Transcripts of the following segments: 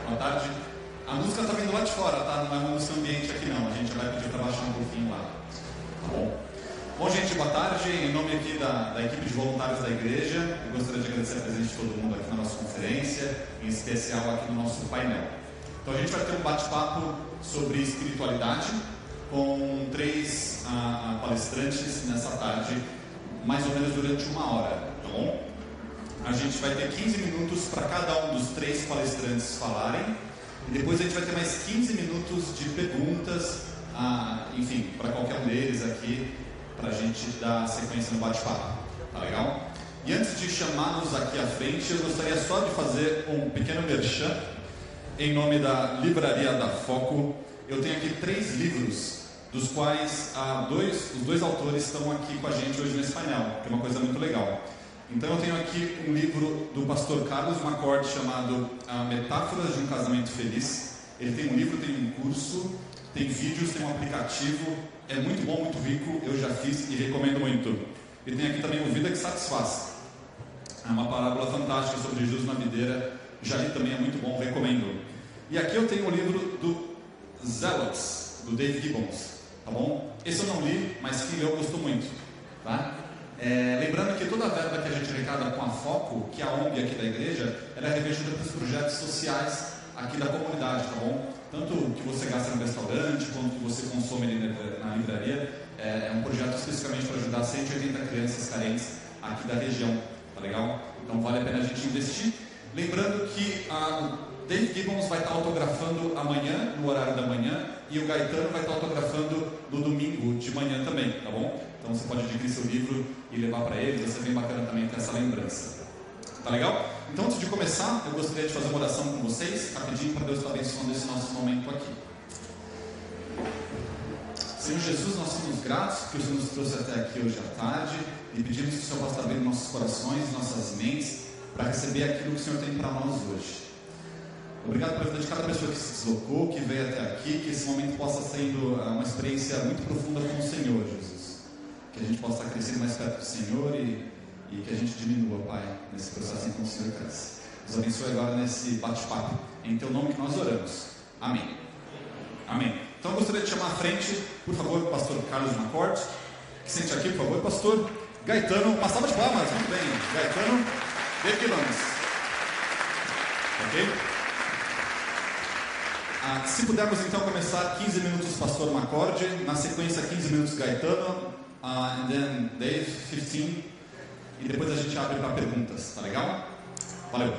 Boa tarde. A música está vindo lá de fora, tá? Não é uma música ambiente aqui não. A gente vai pedir para baixar um pouquinho lá. Tá bom? Bom, gente, boa tarde. Em nome aqui da equipe de voluntários da igreja, eu gostaria de agradecer a presença de todo mundo aqui na nossa conferência, em especial aqui no nosso painel. Então a gente vai ter um bate-papo sobre espiritualidade com 3 palestrantes nessa tarde, mais ou menos durante 1 hora, tá bom? A gente vai ter 15 minutos para cada um dos 3 palestrantes falarem, e depois a gente vai ter mais 15 minutos de perguntas, enfim, para qualquer um deles aqui, para a gente dar sequência no bate-papo, tá legal? E antes de chamá-los aqui à frente, eu gostaria só de fazer um pequeno merchan em nome da Livraria da Foco. Eu tenho aqui 3 livros, dos quais os dois autores estão aqui com a gente hoje nesse painel, que é uma coisa muito legal. Então eu tenho aqui um livro do pastor Carlos McCord chamado Metáforas de um Casamento Feliz. Ele tem um livro, tem um curso, tem vídeos, tem um aplicativo, é muito bom, muito rico, eu já fiz e recomendo muito. E tem aqui também o Vida que Satisfaz, é uma parábola fantástica sobre Jesus na videira, já li também, é muito bom, recomendo. E aqui eu tenho o livro do Zealots, do Dave Gibbons, tá bom? Esse eu não li, mas quem leu gostou muito, tá? Lembrando que toda a verba que a gente arrecada com a Foco, que é a ONG aqui da igreja, ela é revertida para os projetos sociais aqui da comunidade, tá bom? Tanto que você gasta no restaurante, quanto que você consome na livraria, é um projeto especificamente para ajudar 180 crianças carentes aqui da região, tá legal? Então vale a pena a gente investir. Lembrando que o Dave Gibbons vai estar autografando amanhã, no horário da manhã, e o Gaetano vai estar autografando no domingo de manhã também, tá bom? Então você pode adquirir seu livro e levar para ele, vai ser bem bacana também ter essa lembrança. Tá legal? Então antes de começar, eu gostaria de fazer uma oração com vocês, rapidinho, para Deus estar abençoando esse nosso momento aqui. Senhor Jesus, nós somos gratos que o Senhor nos trouxe até aqui hoje à tarde e pedimos que o Senhor possa abrir nossos corações, nossas mentes, para receber aquilo que o Senhor tem para nós hoje. Obrigado pela vida de cada pessoa que se deslocou, que veio até aqui, que esse momento possa sendo uma experiência muito profunda com o Senhor, Jesus. Que a gente possa estar crescendo mais perto do Senhor e que a gente diminua, Pai, nesse processo em que o Senhor cresce. Nos abençoe agora nesse bate-papo. Em Teu nome que nós oramos. Amém. Amém. Então eu gostaria de chamar à frente, por favor, o pastor Carlos McCord, que sente aqui, por favor, pastor Gaetano. Uma salva de palmas, muito bem. Gaetano Dave Gibbons. Ok? Se pudermos então começar 15 minutos pastor McCord, na sequência 15 minutos Gaetano, and then Dave, 15, e depois a gente abre para perguntas, tá legal? Valeu!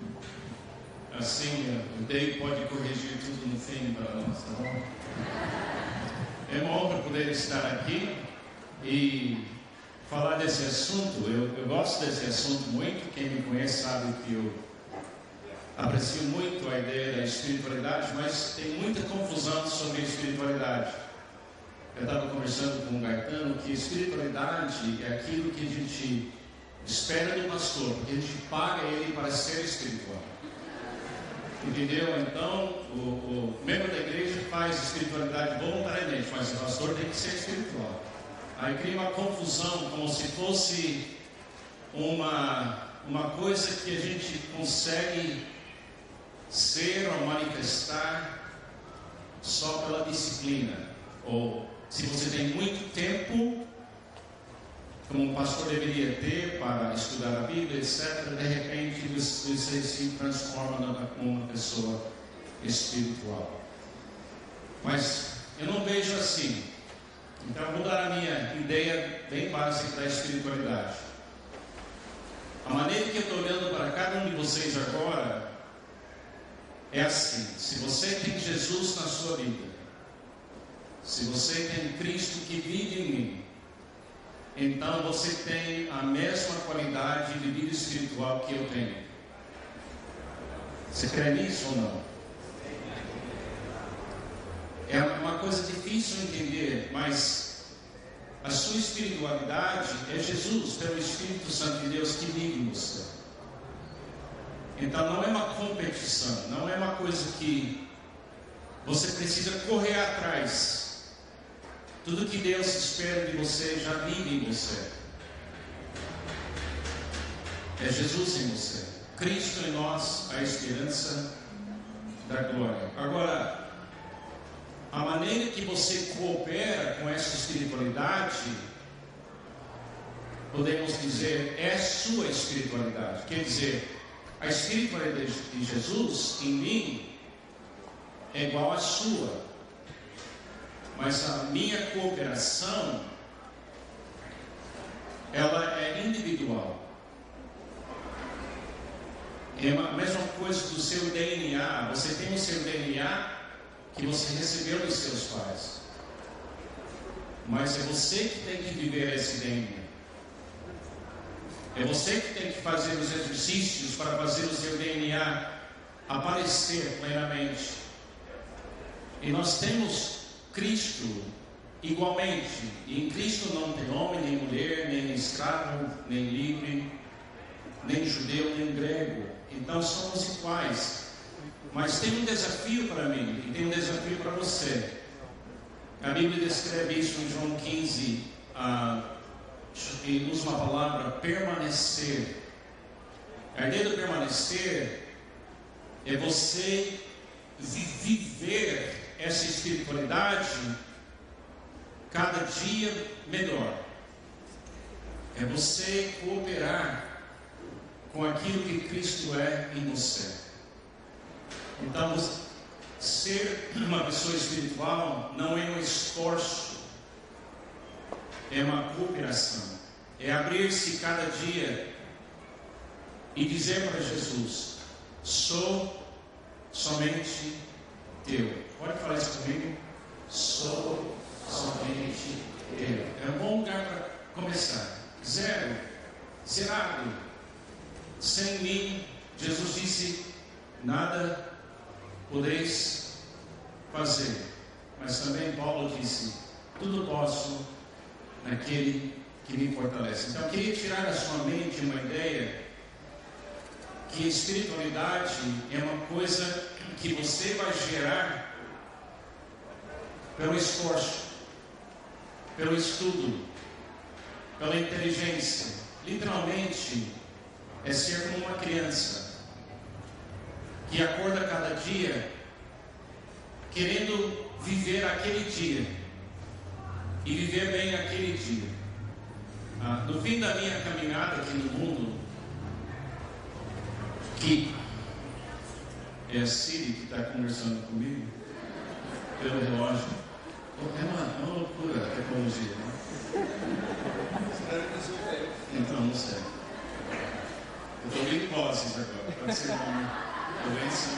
Assim, o Dave pode corrigir tudo no fim para nós, tá bom? É uma honra poder estar aqui e falar desse assunto. Eu gosto desse assunto muito, quem me conhece sabe que eu aprecio muito a ideia da espiritualidade, mas tem muita confusão sobre a espiritualidade. Eu estava conversando com o Gaetano que espiritualidade é aquilo que a gente espera do pastor, porque a gente paga ele para ser espiritual. Entendeu? Então, o membro da igreja faz espiritualidade voluntariamente, mas o pastor tem que ser espiritual. Aí cria uma confusão, como se fosse uma coisa que a gente consegue ser ou manifestar só pela disciplina, ou se você tem muito tempo, como um pastor deveria ter para estudar a Bíblia, etc., de repente você se transforma numa pessoa espiritual. Mas eu não vejo assim. Então eu vou dar a minha ideia bem básica da espiritualidade. A maneira que eu estou olhando para cada um de vocês agora é assim: se você tem Jesus na sua vida, se você tem Cristo que vive em mim, então você tem a mesma qualidade de vida espiritual que eu tenho. Você crê nisso ou não? É uma coisa difícil de entender, mas a sua espiritualidade é Jesus, pelo Espírito Santo de Deus que vive em você. Então não é uma competição, não é uma coisa que você precisa correr atrás. Tudo que Deus espera de você já vive em você. É Jesus em você. Cristo em nós, a esperança da glória. Agora, a maneira que você coopera com essa espiritualidade, podemos dizer, é sua espiritualidade. Quer dizer, a espiritualidade de Jesus em mim é igual à sua, mas a minha cooperação, ela é individual. É a mesma coisa do seu DNA. Você tem o seu DNA que você recebeu dos seus pais, mas é você que tem que viver esse DNA. É você que tem que fazer os exercícios para fazer o seu DNA aparecer plenamente. E nós temos Cristo igualmente. E em Cristo não tem homem, nem mulher, nem escravo, nem livre, nem judeu, nem grego. Então somos iguais. Mas tem um desafio para mim e tem um desafio para você. A Bíblia descreve isso em João 15, e usa uma palavra, permanecer. A ideia do permanecer é você viver essa espiritualidade cada dia melhor. É você cooperar com aquilo que Cristo é em você. Então, ser uma pessoa espiritual não é um esforço, é uma cooperação. É abrir-se cada dia e dizer para Jesus: sou somente teu. Pode falar isso comigo? Sou somente teu. É um bom lugar para começar. Zerado. Sem mim, Jesus disse, nada podeis fazer. Mas também Paulo disse, tudo posso naquele que me fortalece. Então eu queria tirar da sua mente uma ideia que a espiritualidade é uma coisa que você vai gerar pelo esforço, pelo estudo, pela inteligência. Literalmente é ser como uma criança que acorda cada dia querendo viver aquele dia e viver bem aquele dia. No fim da minha caminhada aqui no mundo, que é a Siri que está conversando comigo pelo relógio. É uma loucura a tecnologia, né? Então, não sei. Eu estou ouvindo vozes agora. Pode ser uma doença.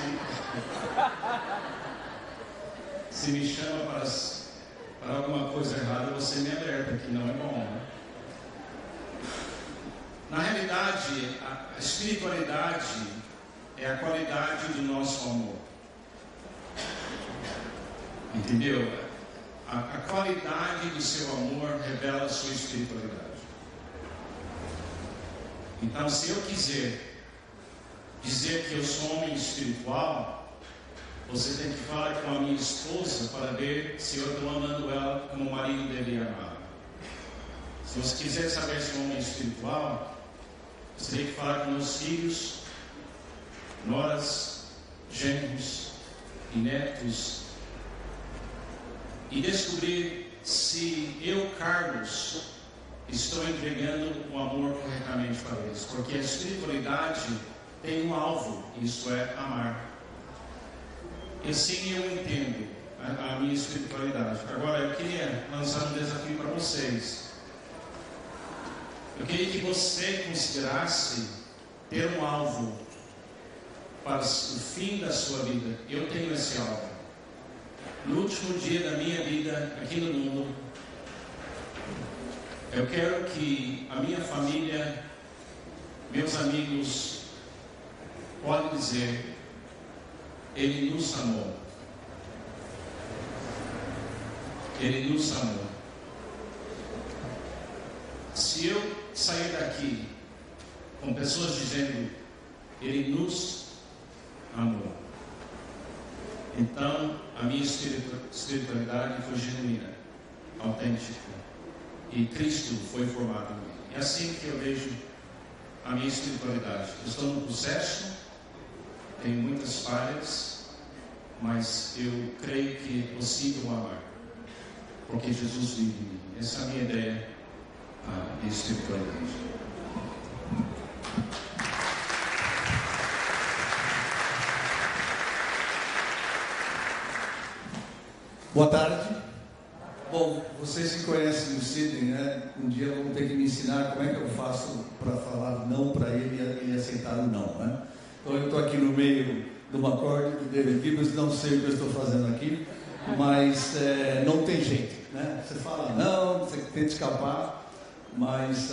Se me chama para alguma coisa errada, você me alerta, que não é bom, né? Na realidade, a espiritualidade é a qualidade do nosso amor. Entendeu? A qualidade do seu amor revela a sua espiritualidade. Então, se eu quiser dizer que eu sou homem espiritual, você tem que falar com a minha esposa para ver se eu estou amando ela como o marido deveria amar. Se você quiser saber se é um homem espiritual, você tem que falar com meus filhos, noras, genros e netos, e descobrir se eu, Carlos, estou entregando o amor corretamente para eles. Porque a espiritualidade tem um alvo, isso é amar. E assim eu entendo a minha espiritualidade. Agora eu queria lançar um desafio para vocês. Eu queria que você considerasse ter um alvo para o fim da sua vida. Eu tenho esse alvo. No último dia da minha vida aqui no mundo, eu quero que a minha família, meus amigos, podem dizer, Ele nos amou. Ele nos amou. Se eu sair daqui com pessoas dizendo, Ele nos amou, então a minha espiritualidade foi genuína, autêntica, e Cristo foi formado em mim. É assim que eu vejo a minha espiritualidade. Eu estou no processo, tenho muitas falhas, mas eu creio que é possível amar, porque Jesus vive em mim. Essa é a minha ideia de espiritualidade. Boa tarde. Bom, vocês que conhecem o Sidney, né? Um dia vão ter que me ensinar como é que eu faço para falar não para ele e ele aceitar o não, né? Então eu estou aqui no meio de uma corda do David Gibbons, não sei o que eu estou fazendo aqui, mas não tem jeito, né? Você fala não, você tenta escapar, mas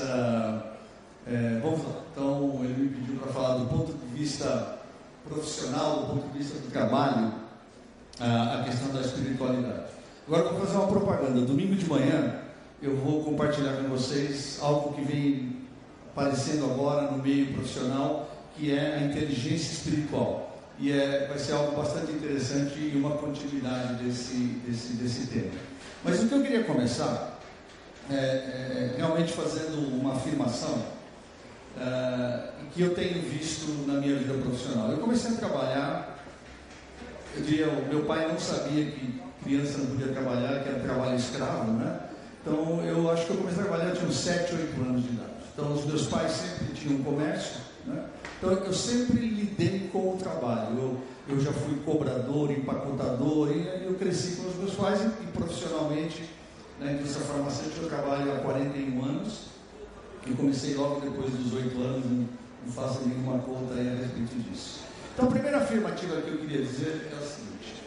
vamos lá. Então ele me pediu para falar do ponto de vista profissional, do ponto de vista do trabalho, a questão da espiritualidade. Agora eu vou fazer uma propaganda. Domingo de manhã eu vou compartilhar com vocês algo que vem aparecendo agora no meio profissional, que é a inteligência espiritual. E vai ser algo bastante interessante e uma continuidade desse tema. Mas o que eu queria começar é realmente fazendo uma afirmação que eu tenho visto na minha vida profissional. Eu comecei a trabalhar, eu diria, o meu pai não sabia que criança não podia trabalhar, que era trabalho escravo, né? Então eu acho que eu comecei a trabalhar, eu tinha uns 7, 8 anos de idade. Então os meus pais sempre tinham comércio, né? Então eu sempre lidei com o trabalho. Eu já fui cobrador, empacotador, e aí eu cresci com os meus pais e profissionalmente na indústria farmacêutica eu trabalho há 41 anos. Eu comecei logo depois dos 8 anos, não faço nenhuma conta aí a respeito disso. Então a primeira afirmativa que eu queria dizer é o seguinte: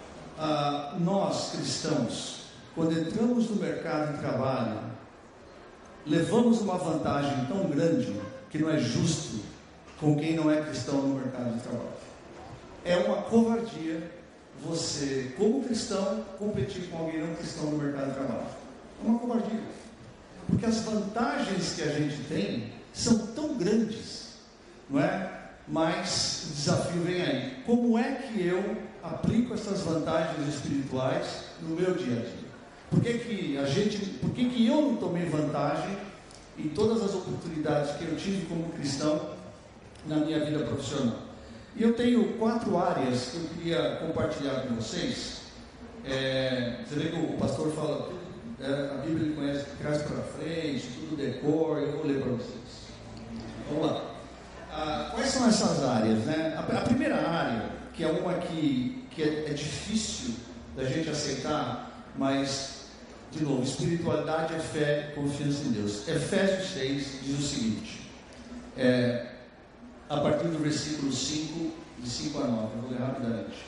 nós cristãos, quando entramos no mercado de trabalho, levamos uma vantagem tão grande que não é justo com quem não é cristão no mercado de trabalho. É uma covardia você, como cristão, competir com alguém não cristão no mercado de trabalho. É uma covardia, porque as vantagens que a gente tem são tão grandes, não é? Mas o desafio vem aí. Como é que eu aplico essas vantagens espirituais no meu dia a dia? Por que que eu não tomei vantagem em todas as oportunidades que eu tive como cristão na minha vida profissional? E eu tenho 4 áreas que eu queria compartilhar com vocês. Você vê que o pastor fala, a Bíblia ele conhece de trás para frente, tudo decor, eu vou ler para vocês. Vamos lá. Quais são essas áreas, né? A primeira área, que é uma que é difícil da gente aceitar, mas, de novo, espiritualidade é fé, confiança em Deus. Efésios 6 diz o seguinte, a partir do versículo 5, de 5 a 9, eu vou ler rapidamente.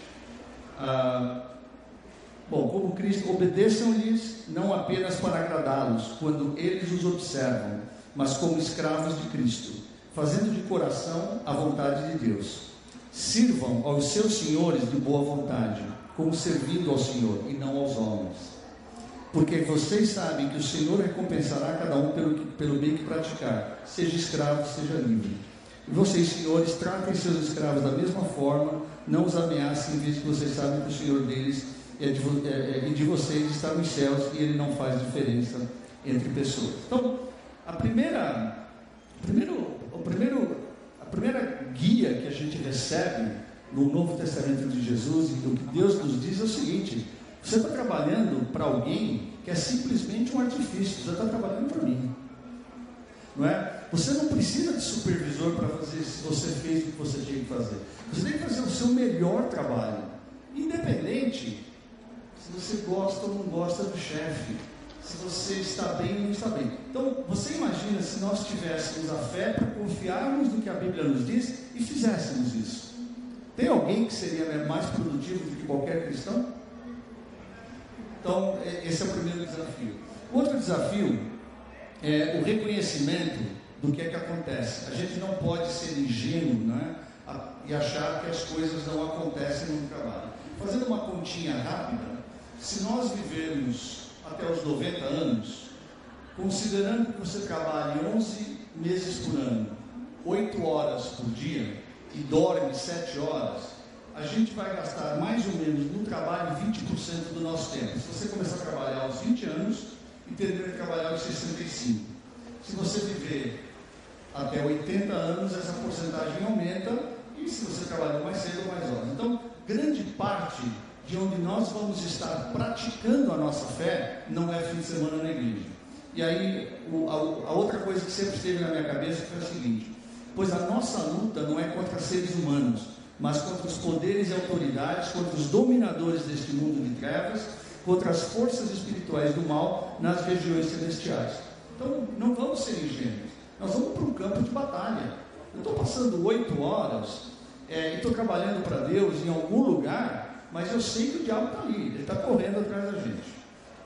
Como Cristo, obedeçam-lhes não apenas para agradá-los, quando eles os observam, mas como escravos de Cristo, fazendo de coração a vontade de Deus. Sirvam aos seus senhores de boa vontade, como servindo ao Senhor e não aos homens. Porque vocês sabem que o Senhor recompensará cada um pelo bem que praticar, seja escravo, seja livre. E vocês, senhores, tratem seus escravos da mesma forma, não os ameacem, visto que vocês sabem que o Senhor deles e de vocês está nos céus e Ele não faz diferença entre pessoas. Então, a primeira guia que a gente recebe no Novo Testamento de Jesus e do que Deus nos diz é o seguinte: você está trabalhando para alguém que é simplesmente um artifício, você está trabalhando para mim, não é? Você não precisa de supervisor para fazer se você fez o que você tinha que fazer. Você tem que fazer o seu melhor trabalho, independente se você gosta ou não gosta do chefe, se você está bem ou não está bem. Então, você imagina se nós tivéssemos a fé para confiarmos no que a Bíblia nos diz e fizéssemos isso. Tem alguém que seria mais produtivo do que qualquer cristão? Então, esse é o primeiro desafio. O outro desafio é o reconhecimento do que é que acontece. A gente não pode ser ingênuo, né, e achar que as coisas não acontecem no trabalho. Fazendo uma continha rápida, se nós vivermos até os 90 anos, considerando que você trabalhe 11 meses por ano, 8 horas por dia, e dorme 7 horas, a gente vai gastar mais ou menos no trabalho 20% do nosso tempo. Se você começar a trabalhar aos 20 anos e terminar de trabalhar aos 65. Se você viver até 80 anos, essa porcentagem aumenta, e se você trabalhar mais cedo ou mais horas. Então, grande parte parte de onde nós vamos estar praticando a nossa fé não é fim de semana na igreja. E aí, a outra coisa que sempre esteve na minha cabeça foi a seguinte: pois a nossa luta não é contra seres humanos, mas contra os poderes e autoridades, contra os dominadores deste mundo de trevas, contra as forças espirituais do mal nas regiões celestiais. Então, não vamos ser ingênuos. Nós vamos para um campo de batalha. Eu estou passando 8 horas e estou trabalhando para Deus em algum lugar, mas eu sei que o diabo está ali, ele está correndo atrás da gente.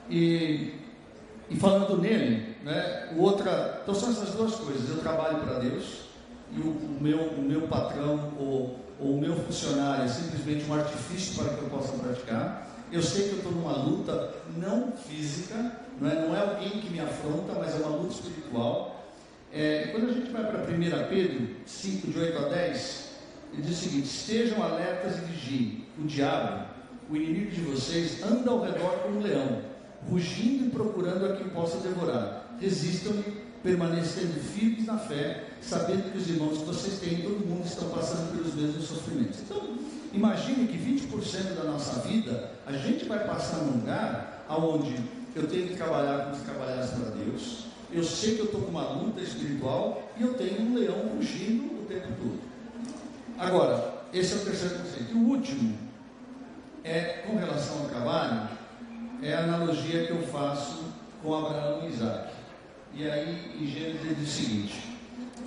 E falando nele, né, então são essas duas coisas: eu trabalho para Deus e o meu patrão ou o meu funcionário é simplesmente um artifício para que eu possa praticar. Eu sei que eu estou numa luta não física, não é alguém que me afronta, mas é uma luta espiritual. Quando a gente vai para 1 Pedro 5, de 8 a 10, ele diz o seguinte: estejam alertas e vigiem. O diabo, o inimigo de vocês, anda ao redor como um leão, rugindo e procurando a quem possa devorar. Resistam-lhe, permanecendo firmes na fé, sabendo que os irmãos que vocês têm, todo mundo, estão passando pelos mesmos sofrimentos. Então, imagine que 20% da nossa vida a gente vai passar num lugar onde eu tenho que trabalhar como se trabalhasse para Deus. Eu sei que eu estou com uma luta espiritual e eu tenho um leão rugindo o tempo todo. Agora, esse é o terceiro conceito. E o último com relação ao trabalho, é a analogia que eu faço com Abraão e Isaac. E aí, em Gênesis, ele diz o seguinte: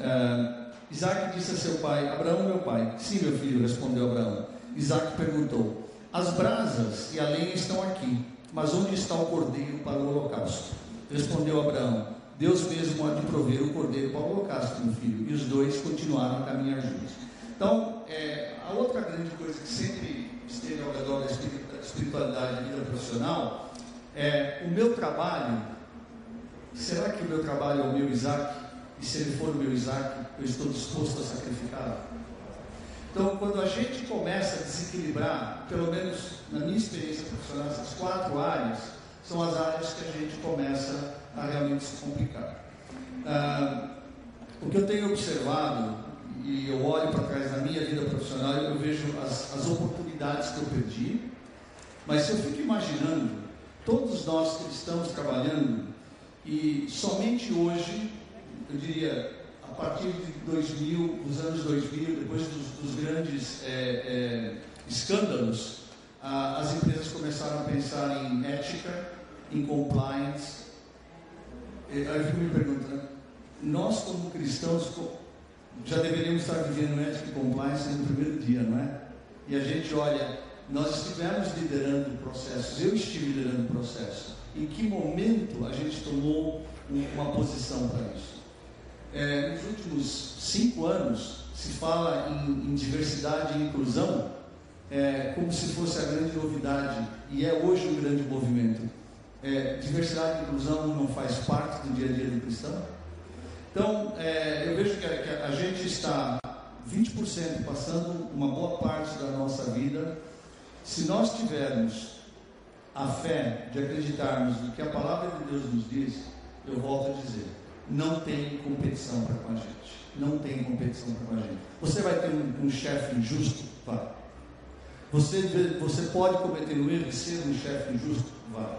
Isaac disse a seu pai: Abraão, meu pai. Sim, meu filho, respondeu Abraão. Isaac perguntou: as brasas e a lenha estão aqui, mas onde está o cordeiro para o holocausto? Respondeu Abraão: Deus mesmo há de prover o cordeiro para o holocausto, meu filho. E os dois continuaram a caminhar juntos. Então, a outra grande coisa que sempre esteve ao redor da espiritualidade e vida profissional é o meu trabalho. Será que o meu trabalho é o meu Isaac? E se ele for o meu Isaac, eu estou disposto a sacrificá-lo? Então, quando a gente começa a desequilibrar, pelo menos na minha experiência profissional, essas 4 áreas, são as áreas que a gente começa a realmente se complicar. O que eu tenho observado, e eu olho para trás na minha vida profissional, eu vejo as oportunidades que eu perdi, mas se eu fico imaginando, todos nós que estamos trabalhando, e somente hoje, eu diria, a partir de 2000, dos anos 2000, depois dos grandes escândalos, as empresas começaram a pensar em ética, em compliance. Aí eu fico me perguntando, nós como cristãos já deveríamos estar vivendo ética e compliance no primeiro dia, não é? E a gente olha, nós estivemos liderando processos, eu estive liderando o processo. Em que momento a gente tomou uma posição para isso? Nos últimos 5 anos se fala em diversidade e inclusão como se fosse a grande novidade, e é hoje um grande movimento. Diversidade e inclusão não faz parte do dia a dia do cristão? Então, eu vejo que a gente está 20% passando uma boa parte da nossa vida. Se nós tivermos a fé de acreditarmos no que a palavra de Deus nos diz, eu volto a dizer, não tem competição para com a gente. Não tem competição para com a gente. Você vai ter um chefe injusto? Vai. Você pode cometer o erro de ser um chefe injusto? Vai.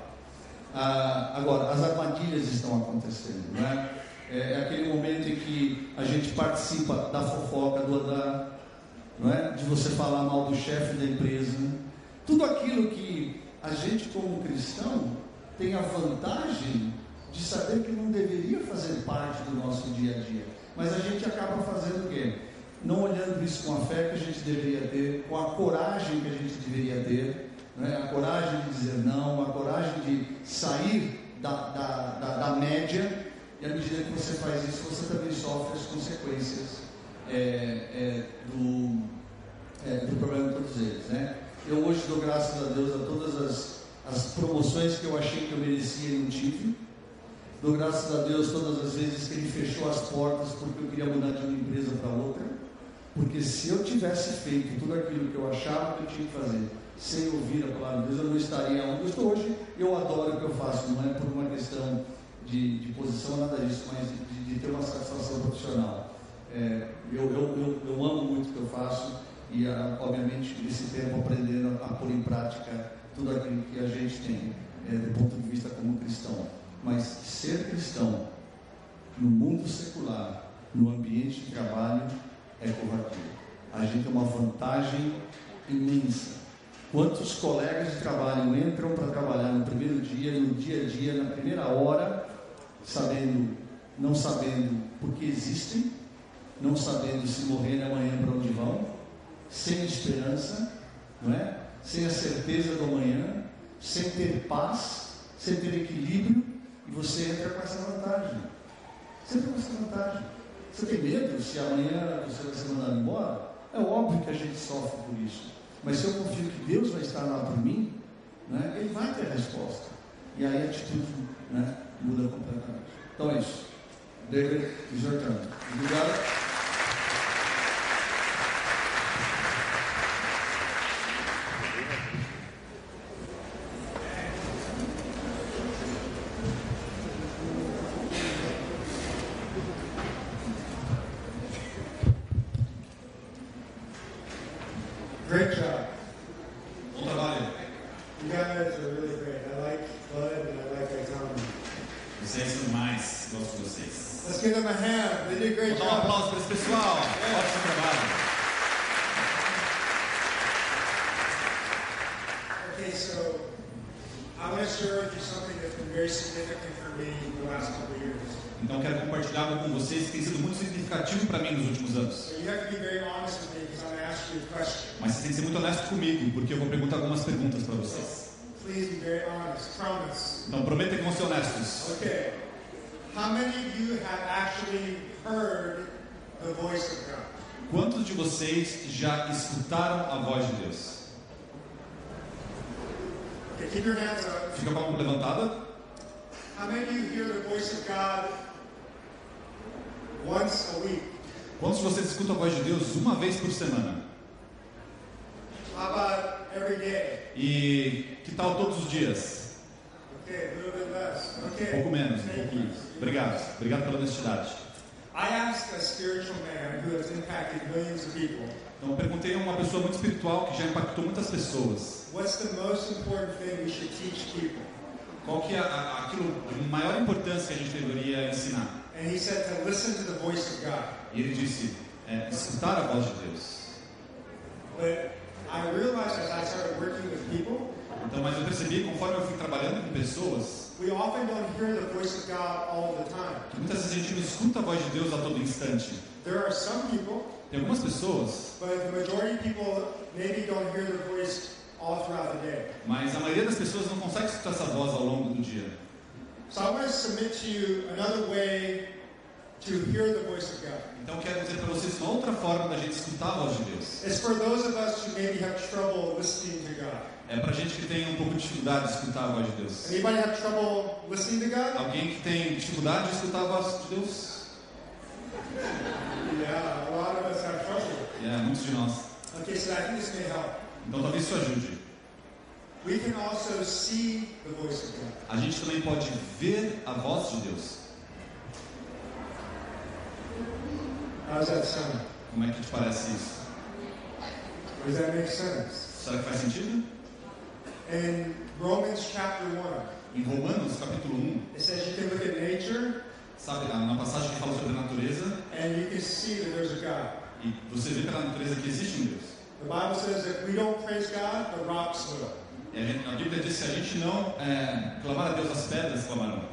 Agora, as armadilhas estão acontecendo, não é? É aquele momento em que a gente participa da fofoca do andar, não é? De você falar mal do chefe da empresa. Tudo aquilo que a gente, como cristão, tem a vantagem de saber que não deveria fazer parte do nosso dia a dia. Mas a gente acaba fazendo o quê? Não olhando isso com a fé que a gente deveria ter, com a coragem que a gente deveria ter, né? A coragem de dizer não, a coragem de sair da média. E à medida que você faz isso, você também sofre as consequências do problema de todos eles, né? Eu hoje dou graças a Deus a todas as promoções que eu achei que eu merecia e não tive. Dou graças a Deus todas as vezes que Ele fechou as portas porque eu queria mudar de uma empresa para outra. Porque se eu tivesse feito tudo aquilo que eu achava que eu tinha que fazer, sem ouvir a palavra de Deus, eu não estaria onde eu estou hoje. Eu adoro o que eu faço, não é por uma questão de posição, nada disso, mas de ter uma satisfação profissional. Eu amo muito o que eu faço e, obviamente, esse tempo aprendendo a pôr em prática tudo aquilo que a gente tem do ponto de vista como cristão. Mas ser cristão no mundo secular, no ambiente de trabalho, é covardia. A gente tem uma vantagem imensa. Quantos colegas de trabalho entram para trabalhar no primeiro dia, no dia a dia, na primeira hora, não sabendo por que existem, não sabendo se morrerem amanhã para onde vão, sem esperança, não é? Sem a certeza do amanhã, sem ter paz, sem ter equilíbrio, e você entra com essa vantagem. Você entra com essa vantagem. Você tem medo se amanhã você vai ser mandado embora? É óbvio que a gente sofre por isso. Mas se eu confio que Deus vai estar lá por mim, né, Ele vai ter a resposta. E aí a atitude, né, muda completamente. Então é isso. David, is your turn. You got it? Great job. Bom trabalho. You guys are really great. I like Bud and I like Aitana. Vocês são demais. Gosto de vocês. Let's give them a hand. They did a great Vou dar um job. aplauso para esse pessoal. Ótimo trabalho. Okay, so I want to share with you something that's been very significant for me the last couple of years. Então quero compartilhar algo com vocês que tem sido muito significativo para mim nos últimos anos. So you have to be very honest with me because I'm going to ask you a question. Mas você tem que ser muito honesto comigo, porque eu vou perguntar algumas perguntas para vocês. Please be very honest. Promise. Então prometam que vão ser honestos. Okay. How many of you have actually heard the voice of God? Quantos de vocês já escutaram a voz de Deus? Okay, keep your hands up. Fica com a mão levantada. How many of you hear the voice of God once a week? Quantos de vocês escutam a voz de Deus uma vez por semana? How about every day? E que tal todos os dias? Okay, a little bit less. Um Okay. pouco menos, um Thank pouquinho. you. Obrigado. Obrigado pela honestidade. I asked a spiritual man who has impacted millions of people, Então eu perguntei a uma pessoa muito espiritual que já impactou muitas pessoas. what's the most important thing we should teach people? Qual que é aquilo de maior importância que a gente deveria ensinar? And he said to listen to the voice of God. E ele disse, escutar a voz de Deus. But I realized as I started working with people, Então, mas eu percebi, conforme eu fui trabalhando com pessoas, we often don't hear the voice of God all the time. que muitas vezes a gente não escuta a voz de Deus a todo instante. There are some people, Tem algumas pessoas, but the majority of people maybe don't hear the voice all throughout the day. mas a maioria das pessoas não consegue escutar essa voz ao longo do dia. So I want to submit to you another way to hear the voice of God. Então, eu quero dizer para vocês uma outra forma da gente escutar a voz de Deus. It's for those of us who maybe have trouble listening to God. É para gente que tem um pouco de dificuldade de escutar a voz de Deus. Anybody have trouble listening to God? Alguém que tem dificuldade de escutar a voz de Deus? Yeah, a lot of us have trouble. Muitos de nós. Okay, so I think this may help. Então, talvez isso ajude. We can also see the voice of God. A gente também pode ver a voz de Deus. How's that sound? Como é que te parece isso? Does that make sense? Será que faz sentido? In Romans chapter 1, Em Romanos, capítulo 1, it says you can look at nature sabe, na passagem que fala sobre a natureza, and you can see that there's a God. e você vê pela natureza que existe um Deus. The Bible says that we don't praise God, the rocks will. E a Bíblia diz que se a gente não clamar a Deus, as pedras clamarão.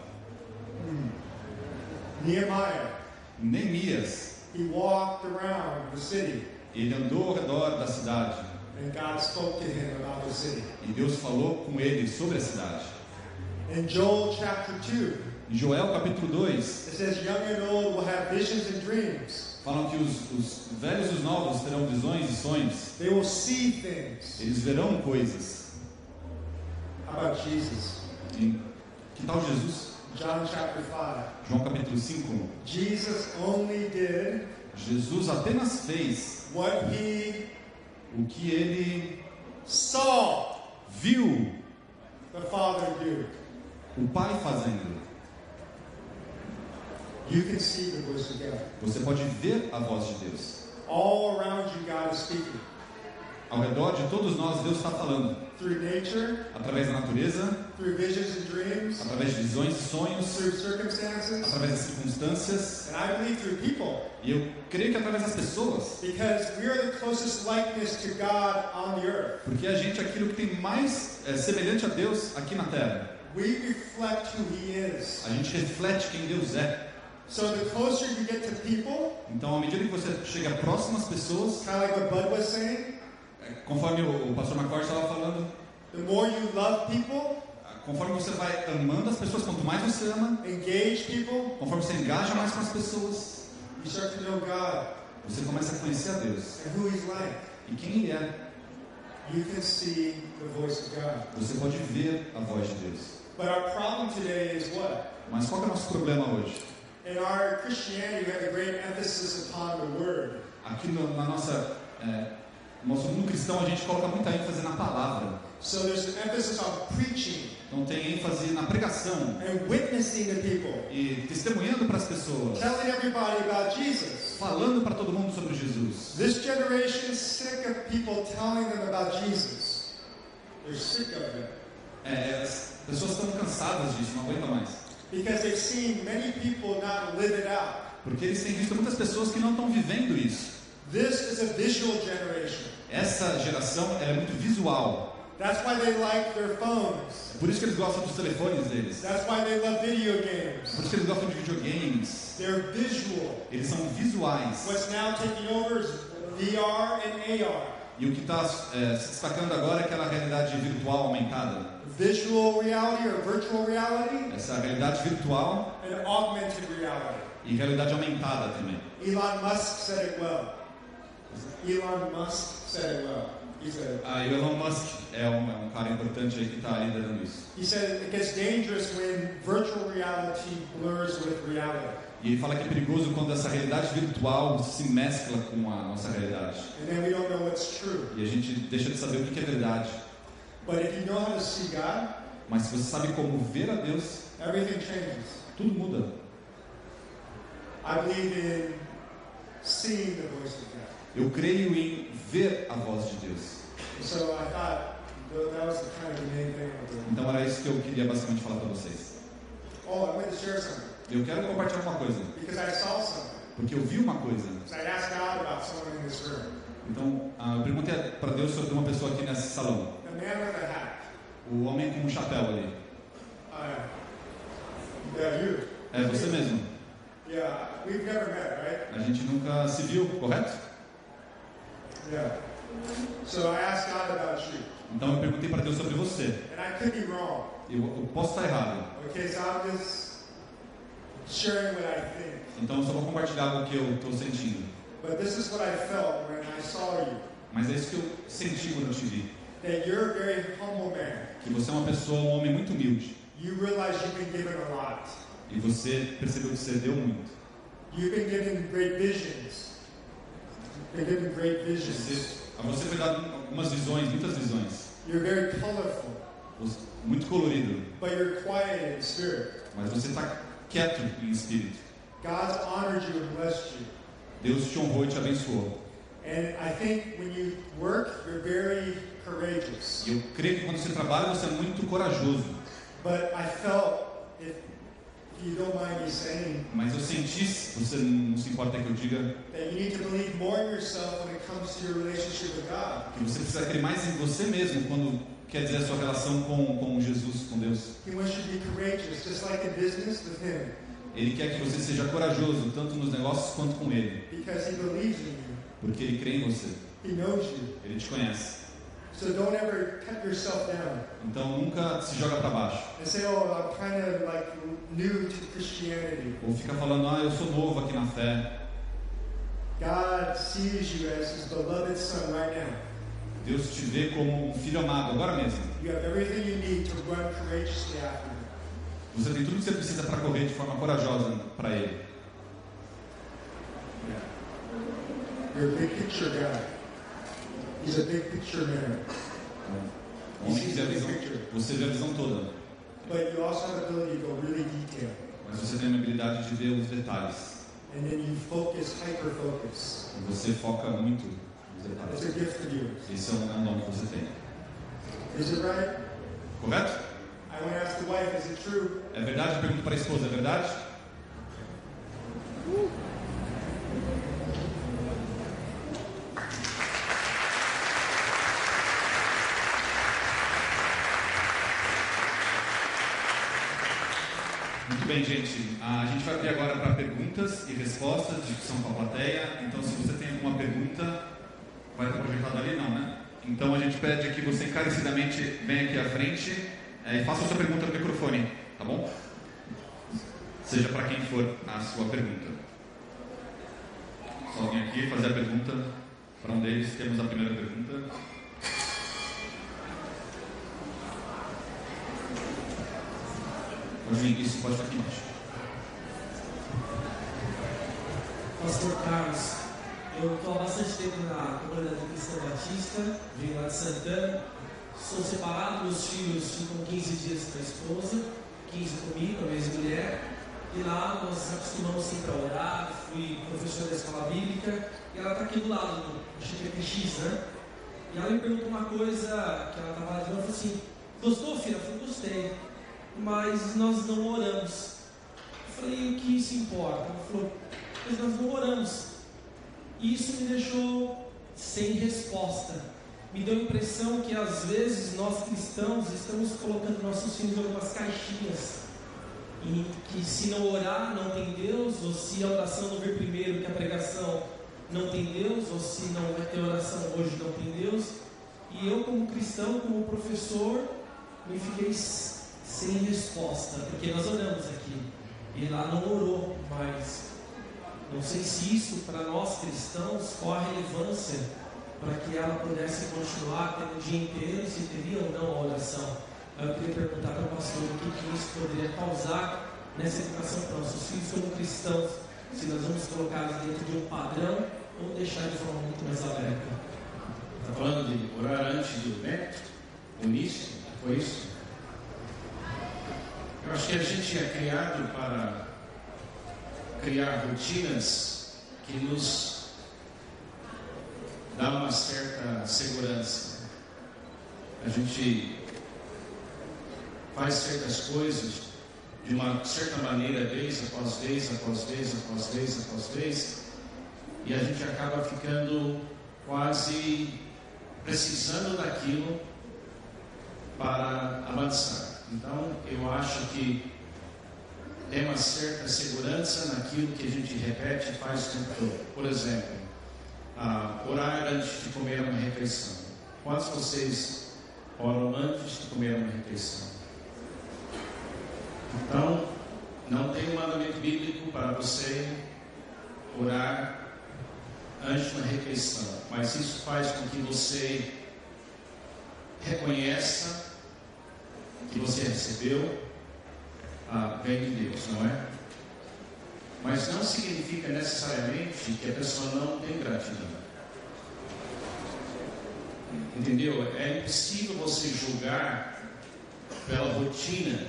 Nehemiah, Neemias, he walked around the city ele andou ao redor da cidade, and God spoke to him about the city. e Deus falou com ele sobre a cidade. In Joel chapter 2, Em Joel, capítulo 2, it says young and old will have visions and dreams. falam que os velhos e os novos terão visões e sonhos. They will see things. Eles verão coisas. How about Jesus? Que tal Jesus? John chapter 5. João capítulo 5. Jesus only did Jesus apenas fez what he o que ele saw viu the Father do. o Pai fazendo. You can see the voice of God. Você pode ver a voz de Deus. All around you, God is speaking. Ao redor de todos nós, Deus está falando. through nature, Através da natureza, through visions and dreams, através de visões e sonhos, through circumstances, através das circunstâncias. and I believe through people. E eu creio que através das pessoas. Because we are the closest likeness to God on the earth. Porque a gente é aquilo que tem mais semelhante a Deus aqui na Terra. We reflect who He is. A gente reflete quem Deus é. So the closer you get to people, Então, à medida que você chega próximo às pessoas, kind of like what Bud was saying, conforme o pastor McCord estava falando, the more you love people, conforme você vai amando as pessoas, quanto mais você ama, engage people, conforme você engaja mais com as pessoas, you start to know God você começa a conhecer a Deus and who He's like. e quem Ele é. You can see the voice of God. Você pode ver a voz de Deus. But our problem today is what? Mas qual que é o nosso problema hoje? In our Christianity, we have a great emphasis upon the Word. Aqui no nosso mundo cristão, a gente coloca muita ênfase na palavra. So there's an emphasis on preaching Então tem ênfase na pregação and witnessing to people, e testemunhando para as pessoas, telling everybody about Jesus. falando para todo mundo sobre Jesus. This generation is sick of people telling them about Jesus. They're sick of it. As pessoas estão cansadas disso, não aguentam mais. Because they've seen many people not live it out. Porque eles têm visto muitas pessoas que não estão vivendo isso. This is a visual generation. Essa geração ela é muito visual. That's why they like their phones. É por isso que eles gostam dos telefones deles. That's why they love video É games. por isso que eles gostam de videogames. They're visual. Eles são visuais. What's now taking over is VR and AR. E o que está se destacando agora é aquela realidade virtual aumentada. Visual reality or virtual reality Essa realidade virtual and augmented reality. e realidade aumentada também. Elon Musk said it well. Elon Musk said it well. He said, O Elon Musk é um cara importante aí que está liderando isso. he said it gets dangerous when virtual reality blurs with reality. E ele fala que é perigoso quando essa realidade virtual se mescla com a nossa realidade. And then we don't know what's true. E a gente deixa de saber o que é verdade. But if you know how to see God, Mas se você sabe como ver a Deus, everything changes. tudo muda. I believe in seeing the voice of God. Eu creio em ver a voz de Deus. So I thought that was the kind of the main thing I was doing. Então era isso que eu queria basicamente falar para vocês. Oh, I wanted to share something Eu quero compartilhar uma coisa, because I saw something. porque eu vi uma coisa. So I asked God about someone in this room. Então eu perguntei para Deus sobre uma pessoa aqui nesse salão. The man with a hat. O homem com um chapéu ali. Yeah, you. É você mesmo. Yeah, we've never met, right? A gente nunca se viu, correto? Yeah. So I asked God about you. Então eu perguntei para Deus sobre você. And I could be wrong. Eu posso estar errado. Okay, so I'm just sharing what I think. Então eu só vou compartilhar algo que eu estou sentindo. But this is what I felt when I saw you. Mas é isso que eu senti quando eu te vi. That you're a very humble man. Que você é uma pessoa, um homem muito humilde. You realize you've been given a lot. E você percebeu que você deu muito. You've been given great visions. You've been given great visions. A você foi dado algumas visões, muitas visões. You're very colorful. Muito colorido. But you're quiet in spirit. Mas você está quieto em espírito. God's honored you and blessed you. Deus te honrou e te abençoou. And I think when you work, you're very courageous. E eu creio que quando você trabalha, você é muito corajoso. But I felt, if you don't mind me saying, Mas eu senti, se você não se importa que eu diga, that you need to believe more in yourself when it comes to your relationship with God. que você precisa crer mais em você mesmo quando quer dizer a sua relação com Jesus, com Deus. He wants you to be courageous, just like in business with Him, Ele quer que você seja corajoso, tanto nos negócios quanto com Ele. because He believes in you. Porque Ele crê em você. He knows you. Ele te conhece. So don't ever cut yourself down Então nunca se joga para baixo. and say, oh, I'm kind of like new to Christianity. Ou fica falando, eu sou novo aqui na fé. God sees you as His beloved Son right now. Deus te vê como um filho amado, agora mesmo. You have everything you need to run courageously after Him. Você tem tudo que você precisa para correr de forma corajosa para Ele. You're a big picture guy. He's a big picture man. O homem que vê a visão, você vê a visão toda. But you also have the ability to go really detailed. Mas você tem a habilidade de ver os detalhes. And then you focus, hyper focus. E você foca muito It's a gift of yours. Esse é um dom que você tem. Is it right? Correto? I want to ask the wife, is it true? É verdade? Eu pergunto para a esposa, é verdade? Muito bem, gente. A gente vai abrir agora para perguntas e respostas, discussão com a plateia. Então, se você tem alguma pergunta, vai estar projetado ali? Não, né? Então, a gente pede que você encarecidamente venha aqui à frente e faça a sua pergunta no microfone, tá bom? Seja para quem for a sua pergunta. Só vem aqui fazer a pergunta para um deles. Temos a primeira pergunta. Pode vir, isso pode estar aqui embaixo. Pastor Carlos, eu estou há bastante tempo na comunidade cristã batista, venho lá de Santana, sou separado, meus filhos ficam 15 dias com a esposa, 15 comigo, a minha ex-mulher, e lá nós acostumamos sempre a orar, fui professor da escola bíblica, e ela está aqui do lado, no XPX, né? E ela me perguntou uma coisa que ela estava dizendo, ela falou assim, gostou, filha? Eu falei, gostei, mas nós não oramos. Eu falei, o que isso importa? Ela falou, mas nós não oramos. E isso me deixou sem resposta. Me deu a impressão que às vezes nós cristãos estamos colocando nossos filhos em algumas caixinhas. E que se não orar não tem Deus, ou se a oração não vir primeiro que a pregação não tem Deus, ou se não vai ter oração hoje não tem Deus. E eu como cristão, como professor, me fiquei sem resposta, porque nós oramos aqui. E lá não orou, mas não sei se isso para nós cristãos, qual a relevância para que ela pudesse continuar tendo o dia inteiro, se teria ou não a oração. Eu queria perguntar para o pastor o que isso poderia causar nessa educação para nossos filhos como cristãos, se nós vamos colocá-los dentro de um padrão ou deixar de forma muito mais aberta. Está falando de orar antes do evento? O início? Foi isso? Eu acho que a gente é criado para criar rotinas que nos dá uma certa segurança. A gente faz certas coisas de uma certa maneira, vez após vez, após vez, após vez, após vez, e a gente acaba ficando quase precisando daquilo para avançar. Então, eu acho que tem uma certa segurança naquilo que a gente repete e faz o tempo todo. Por exemplo, orar antes de comer uma refeição. Quantos de vocês oram antes de comer uma refeição? Então, não tem um mandamento bíblico para você orar antes de uma refeição, mas isso faz com que você reconheça que você recebeu vem de Deus, não é? Mas não significa necessariamente que a pessoa não tem gratidão. Entendeu? É impossível você julgar pela rotina.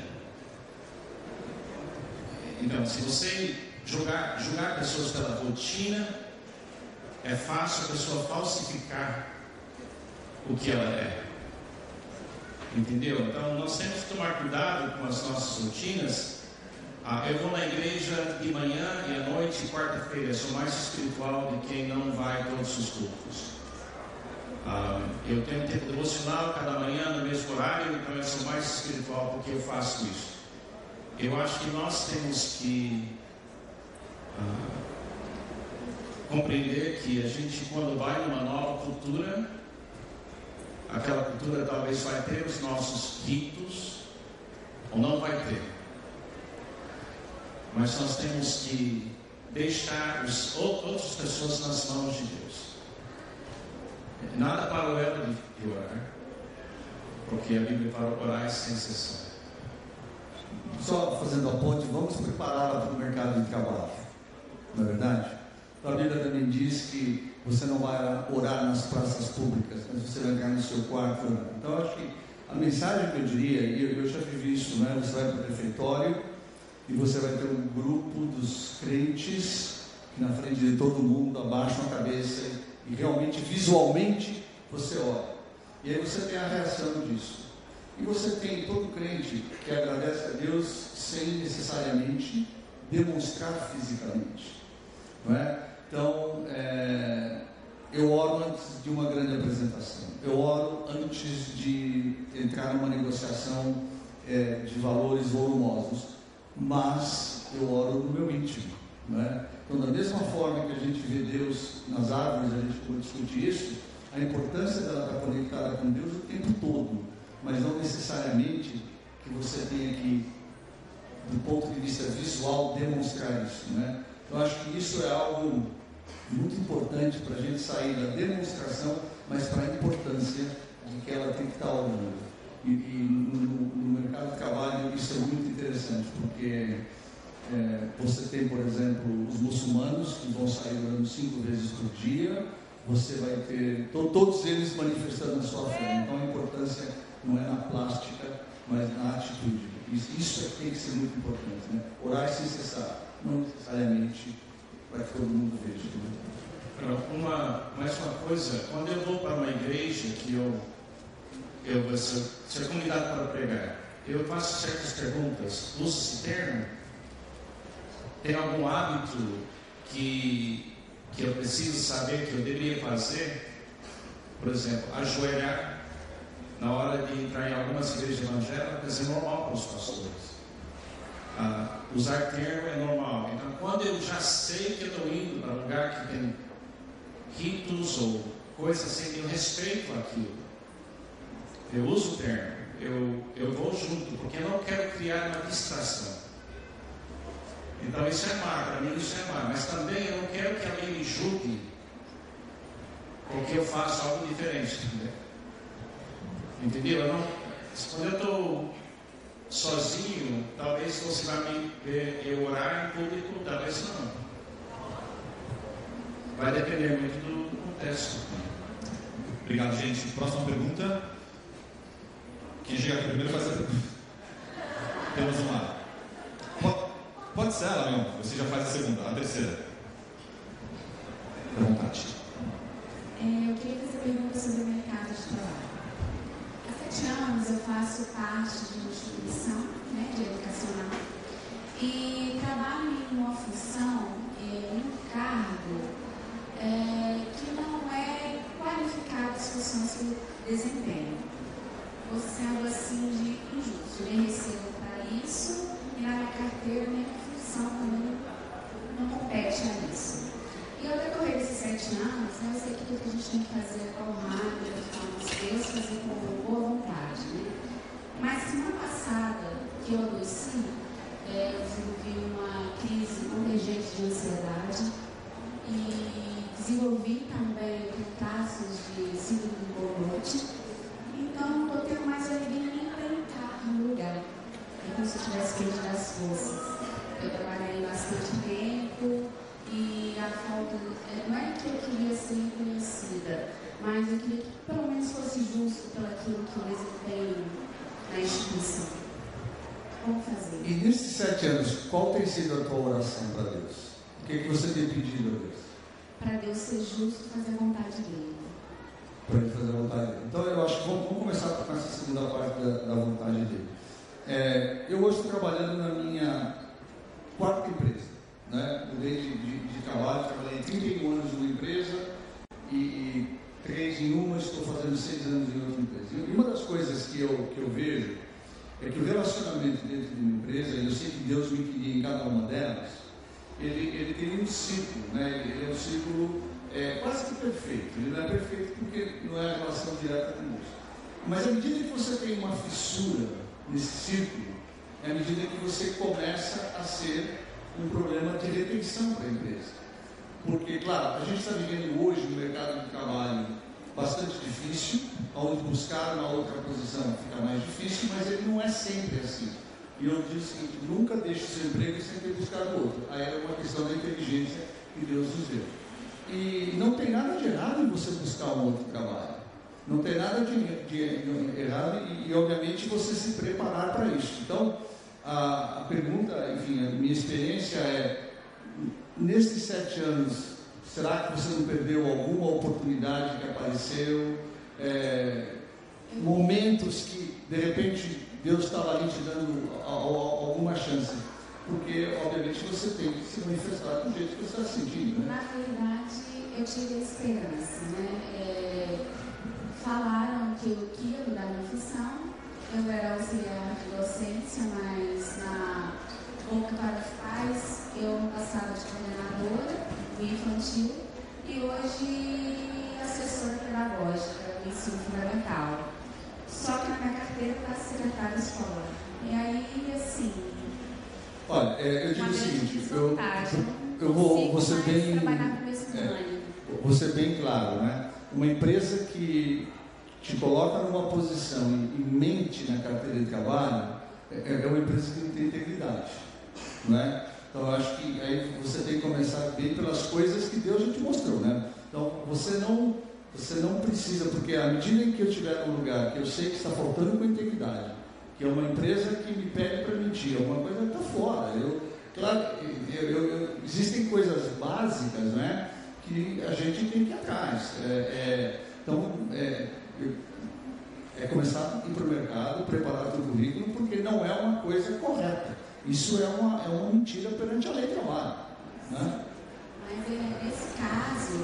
Então, se você julgar pessoas pela rotina, é fácil a pessoa falsificar o que ela é. Entendeu? Então, nós temos que tomar cuidado com as nossas rotinas. Eu vou na igreja de manhã e à noite, e quarta-feira. Eu sou mais espiritual de quem não vai a todos os cultos. Eu tenho um tempo devocional cada manhã no mesmo horário, então eu sou mais espiritual porque eu faço isso. Eu acho que nós temos que compreender que a gente, quando vai numa nova cultura, aquela cultura talvez vai ter os nossos ritos, ou não vai ter. Mas nós temos que deixar as outras pessoas nas mãos de Deus. Nada para o elo de orar, porque a Bíblia para orar é sem exceção. Só fazendo a ponte, vamos prepará-la para o mercado de trabalho, não é verdade? A Bíblia também diz que você não vai orar nas praças públicas, mas você vai ficar no seu quarto orando. Então, eu acho que a mensagem que eu diria, e eu já vivi isso, né? Você vai para o refeitório e você vai ter um grupo dos crentes que na frente de todo mundo abaixam a cabeça e realmente, visualmente, você ora. E aí você tem a reação disso. E você tem todo crente que agradece a Deus sem necessariamente demonstrar fisicamente. Não é? Então, eu oro antes de uma grande apresentação. Eu oro antes de entrar numa negociação de valores volumosos. Mas eu oro no meu íntimo. Não é? Então, da mesma forma que a gente vê Deus nas árvores, a gente discute isso, a importância dela estar conectada com Deus o tempo todo. Mas não necessariamente que você tenha que, do ponto de vista visual, demonstrar isso. Né? Eu acho que isso é algo muito importante para a gente sair da demonstração, mas para a importância de que ela tem que estar orando. E no mercado de trabalho isso é muito interessante, porque você tem, por exemplo, os muçulmanos que vão sair orando 5 vezes por dia, você vai ter todos eles manifestando a sua fé. Então a importância não é na plástica, mas na atitude. Isso é que tem que ser muito importante, né? Orar sem cessar, não necessariamente para que todo mundo veja. Mais uma coisa, quando eu vou para uma igreja que eu vou ser convidado para pregar, eu faço certas perguntas. Usa-se terno? Tem algum hábito que eu preciso saber que eu deveria fazer? Por exemplo, ajoelhar na hora de entrar em algumas igrejas evangélicas é normal para os pastores. Usar terno é normal. Então, quando eu já sei que eu estou indo para um lugar que tem ritos ou coisas assim, eu respeito aquilo. Eu uso o terno. Eu vou junto, porque eu não quero criar uma distração. Então, isso é amar. Para mim, isso é amar. Mas também eu não quero que alguém me julgue porque eu faço algo diferente. Entendeu? Quando eu estou sozinho, talvez você vai me ver eu orar em público, talvez não. Vai depender muito do contexto. Obrigado, gente. Próxima pergunta. Quem chega aqui primeiro faz a pergunta. Temos uma. Pode ser ela, meu. Você já faz a segunda, a terceira. À vontade. Eu queria fazer pergunta sobre o mercado de trabalho. Há 7 anos eu faço parte de uma instituição, de educacional, e trabalho em uma função, em um cargo que não é qualificado as funções que eu desempenho. Ou sendo assim de injusto. Eu nem recebo para isso e na minha carteira minha função também não compete a isso. E ao decorrer desses 7 anos, eu sei que tudo que a gente tem que fazer é honrar, Deus, fazer com boa vontade. Mas semana passada, que eu adoeci, eu desenvolvi uma crise convergente de ansiedade e desenvolvi também traços de síndrome do burnout. Então, estou tendo mais alegria nem para entrar no lugar. É como se eu tivesse perdido as forças. Eu trabalhei bastante tempo e a falta... Não é que eu queria ser reconhecida, mas eu queria que pelo menos fosse justo pelaquilo que eu desempenho na instituição. Como fazer? E nesses 7 anos, qual tem sido a tua oração para Deus? O que você tem pedido a Deus? Para Deus ser justo e fazer a vontade dele. Para ele fazer a vontade dele. Então eu acho que vamos começar com essa segunda parte da vontade dele. Eu hoje estou trabalhando na minha 4ª empresa. Né? Mudei de trabalho, trabalhei 31 anos numa empresa e 3 em uma, estou fazendo 6 anos em outra empresa. E uma das coisas que eu vejo é que o relacionamento dentro de uma empresa, e eu sei que Deus me queria em cada uma delas, ele tem um ciclo, né? Ele é um ciclo quase que perfeito. Ele não é perfeito porque não é a relação direta com Deus. Mas à medida que você tem uma fissura nesse círculo, é à medida que você começa a ser um problema de retenção para a empresa. Porque, claro, a gente está vivendo hoje um mercado de trabalho bastante difícil, onde buscar uma outra posição fica mais difícil, mas ele não é sempre assim. E eu digo o seguinte: nunca deixe o seu emprego e sempre buscar o outro. Aí é uma questão da inteligência que Deus nos deu. E não tem nada de errado em você buscar um outro trabalho. Não tem nada de errado e, obviamente, você se preparar para isso. Então, a pergunta, enfim, a minha experiência é, nesses 7 anos Será que você não perdeu alguma oportunidade que apareceu? Momentos que, de repente, Deus estava ali te dando alguma chance? Porque, obviamente, você tem que se manifestar do jeito que você está sentindo, né? Na realidade, eu tive esperança, né? Falaram que eu queria mudar minha função. Eu era auxiliar de docência, mas na Boca para os Pais, eu passava de coordenadora do infantil e hoje assessora pedagógica do ensino fundamental. Só que na minha carteira está secretária de escola. E aí, assim... Olha, eu digo o seguinte, eu vou ser bem... Vou ser bem claro, né? Uma empresa que te coloca numa posição e mente na carteira de trabalho é uma empresa que não tem integridade, não é? Então, eu acho que aí você tem que começar bem pelas coisas que Deus já te mostrou, né? Então, você não precisa, porque à medida em que eu estiver num lugar que eu sei que está faltando com integridade, que é uma empresa que me pede para mentir, alguma coisa está fora. Existem coisas básicas, né, que a gente tem que ir atrás. Então, começar a ir para o mercado, preparar o currículo, porque não é uma coisa correta. Isso é uma mentira perante a lei do trabalho, né? Mas nesse caso,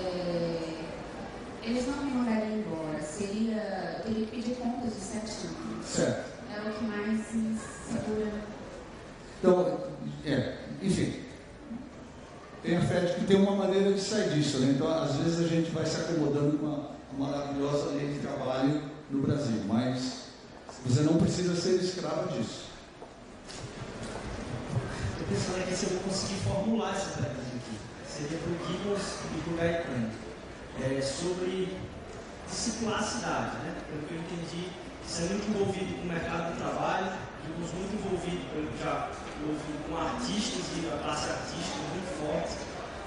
eles não me mandariam embora. Eu teria que pedir contas de 7 anos. Certo. É o que mais me segura. Então, enfim, tenha fé de que tem uma maneira de sair disso, né? Então, às vezes a gente vai se acomodando com a maravilhosa lei de trabalho no Brasil, mas você não precisa ser escravo disso. Estou pensando aqui se eu vou conseguir formular essa pergunta aqui. Seria para o Guilherme e para o Gaetano. Sobre discipular a cidade, né? Pelo que eu entendi, você é muito envolvido com o mercado do trabalho, temos muito envolvido, pelo que já ouvi, com artistas e a classe artística muito forte.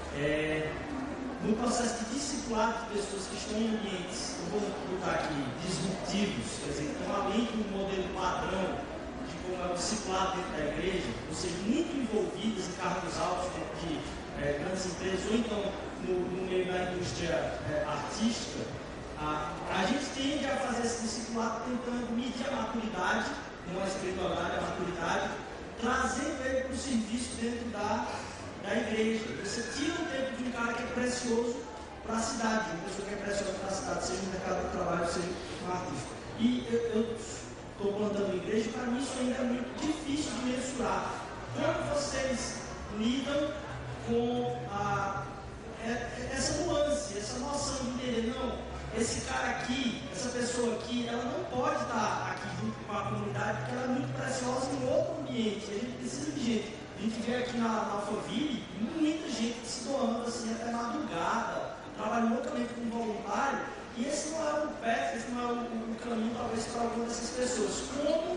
No processo de discipular de pessoas que estão em ambientes, eu vou botar aqui, disruptivos, quer dizer, então além do modelo padrão de como é o discipulado dentro da igreja, ou seja, muito envolvidas em cargos altos dentro de grandes empresas, ou então no meio da indústria artística, a gente tende a fazer esse discipulado tentando medir a maturidade, não a espiritualidade, a maturidade, trazendo ele para o serviço dentro da igreja. Você tira o tempo de um cara que é precioso para a cidade, uma pessoa que é preciosa para a cidade, seja no mercado do trabalho, seja um artista. E eu estou plantando igreja, para mim isso ainda é muito difícil de mensurar. Como vocês lidam com essa nuance, essa noção de entender, não, esse cara aqui, essa pessoa aqui, ela não pode estar aqui junto com a comunidade, porque ela é muito preciosa em outro ambiente, a gente precisa de gente. A gente vê aqui na Alphaville muita gente se doando assim até madrugada, trabalhando loucamente como voluntário, e esse não é o path, esse não é o caminho talvez para algumas dessas pessoas. Como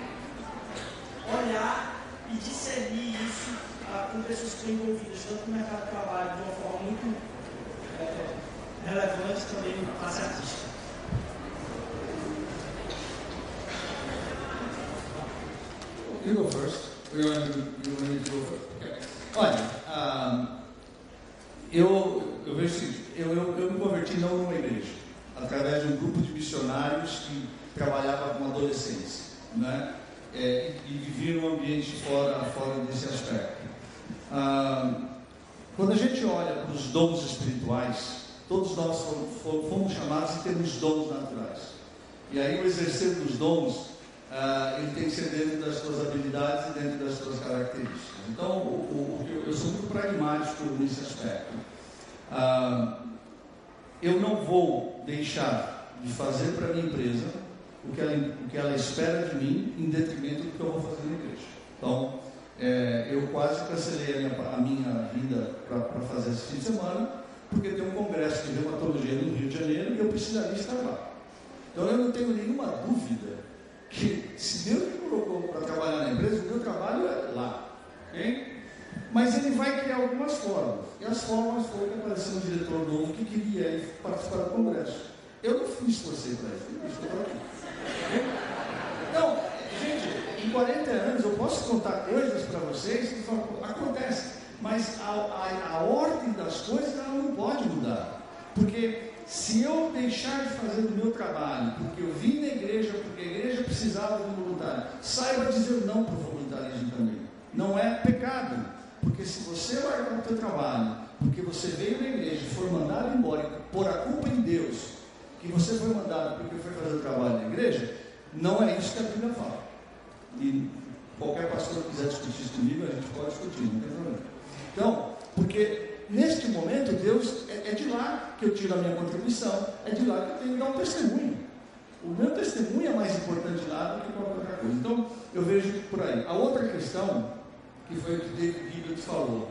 olhar e discernir isso com pessoas que estão envolvidas tanto no mercado de trabalho de uma forma muito relevante também no classe artística. You go first. You want me to go first? Okay. Olha, eu vejo o seguinte, eu me converti não numa igreja, através de um grupo de missionários que trabalhava com adolescentes, né? E vivia num ambiente fora desse aspecto. Quando a gente olha para os dons espirituais, todos nós fomos chamados e temos dons naturais. E aí o exercer dos dons, ele tem que ser dentro das suas habilidades e dentro das suas características. Então, eu sou muito pragmático nesse aspecto. Eu não vou deixar de fazer para a minha empresa o que ela espera de mim em detrimento do que eu vou fazer na igreja. Então, eu quase cancelei a minha vinda para fazer esse fim de semana, porque tem um congresso de reumatologia no Rio de Janeiro e eu precisaria estar lá. Então, eu não tenho nenhuma dúvida que, se Deus me colocou para trabalhar na empresa, o meu trabalho é lá. Okay? Mas ele vai criar algumas formas. E as formas foram que apareceu um diretor novo que queria participar do congresso. Eu não fui esforcei para isso, eu estou aqui. Então, gente, em 40 anos eu posso contar coisas para vocês que acontecem. Mas a ordem das coisas ela não pode mudar. Porque se eu deixar de fazer o meu trabalho, porque eu vim na igreja, porque a igreja precisava de um voluntário, saiba dizer não para o voluntarismo também. Não é pecado. Porque se você largar o teu trabalho, porque você veio na igreja e foi mandado embora, e pôr a culpa em Deus, que você foi mandado porque foi fazer o trabalho na igreja, não é isso que a Bíblia fala. E qualquer pastor que quiser discutir isso comigo, a gente pode discutir, não tem problema. Então, porque neste momento, Deus, é de lá que eu tiro a minha contribuição, é de lá que eu tenho que dar um testemunho. O meu testemunho é mais importante lá do que qualquer outra coisa. Então, eu vejo por aí. A outra questão, que foi o que David Gibbons falou,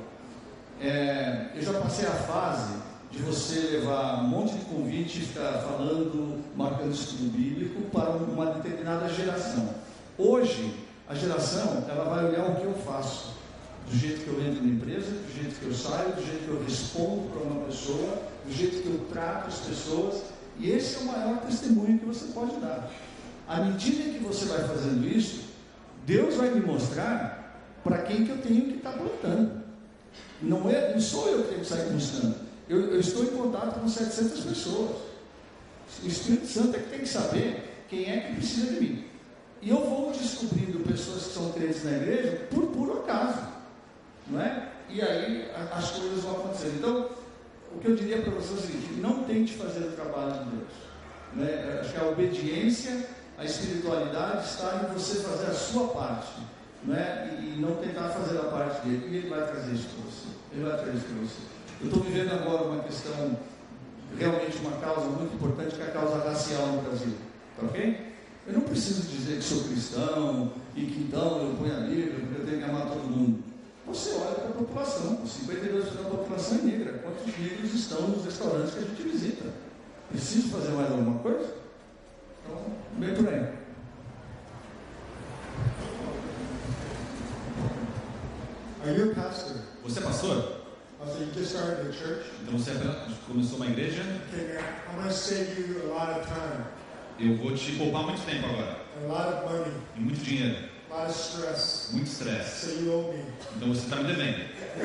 eu já passei a fase de você levar um monte de convite e ficar falando, marcando estudo bíblico para uma determinada geração. Hoje, a geração, ela vai olhar o que eu faço, do jeito que eu entro na empresa, do jeito que eu saio, do jeito que eu respondo para uma pessoa, do jeito que eu trato as pessoas, e esse é o maior testemunho que você pode dar. À medida que você vai fazendo isso, Deus vai me mostrar para quem que eu tenho que estar plantando. Não sou eu que tenho que sair buscando. Eu estou em contato com 700 pessoas. O Espírito Santo é que tem que saber quem é que precisa de mim. E eu vou descobrindo pessoas que são crentes na igreja por puro acaso, não é? E aí as coisas vão acontecendo. Então, o que eu diria para vocês é o seguinte: não tente fazer o trabalho de Deus, né? Acho que a obediência, a espiritualidade está em você fazer a sua parte, não é? E não tentar fazer a parte dele. E ele vai trazer isso para você. Ele vai trazer isso para você. Eu estou vivendo agora uma questão, realmente uma causa muito importante, que é a causa racial no Brasil. Tá ok? Eu não preciso dizer que sou cristão e que então eu ponho a Bíblia porque eu tenho que amar todo mundo. Você olha para a população, 52% da população é negra. Quantos negros estão nos restaurantes que a gente visita? Preciso fazer mais alguma coisa? Então, bem por aí. Are you a pastor? Você é pastor? So you just started a church? Então você começou uma igreja? Okay, I'm going to save you a lot of time. Eu vou te poupar muito tempo agora. A lot of money. E muito dinheiro. A lot of stress. Muito estresse. So you owe me. Então você está me devendo.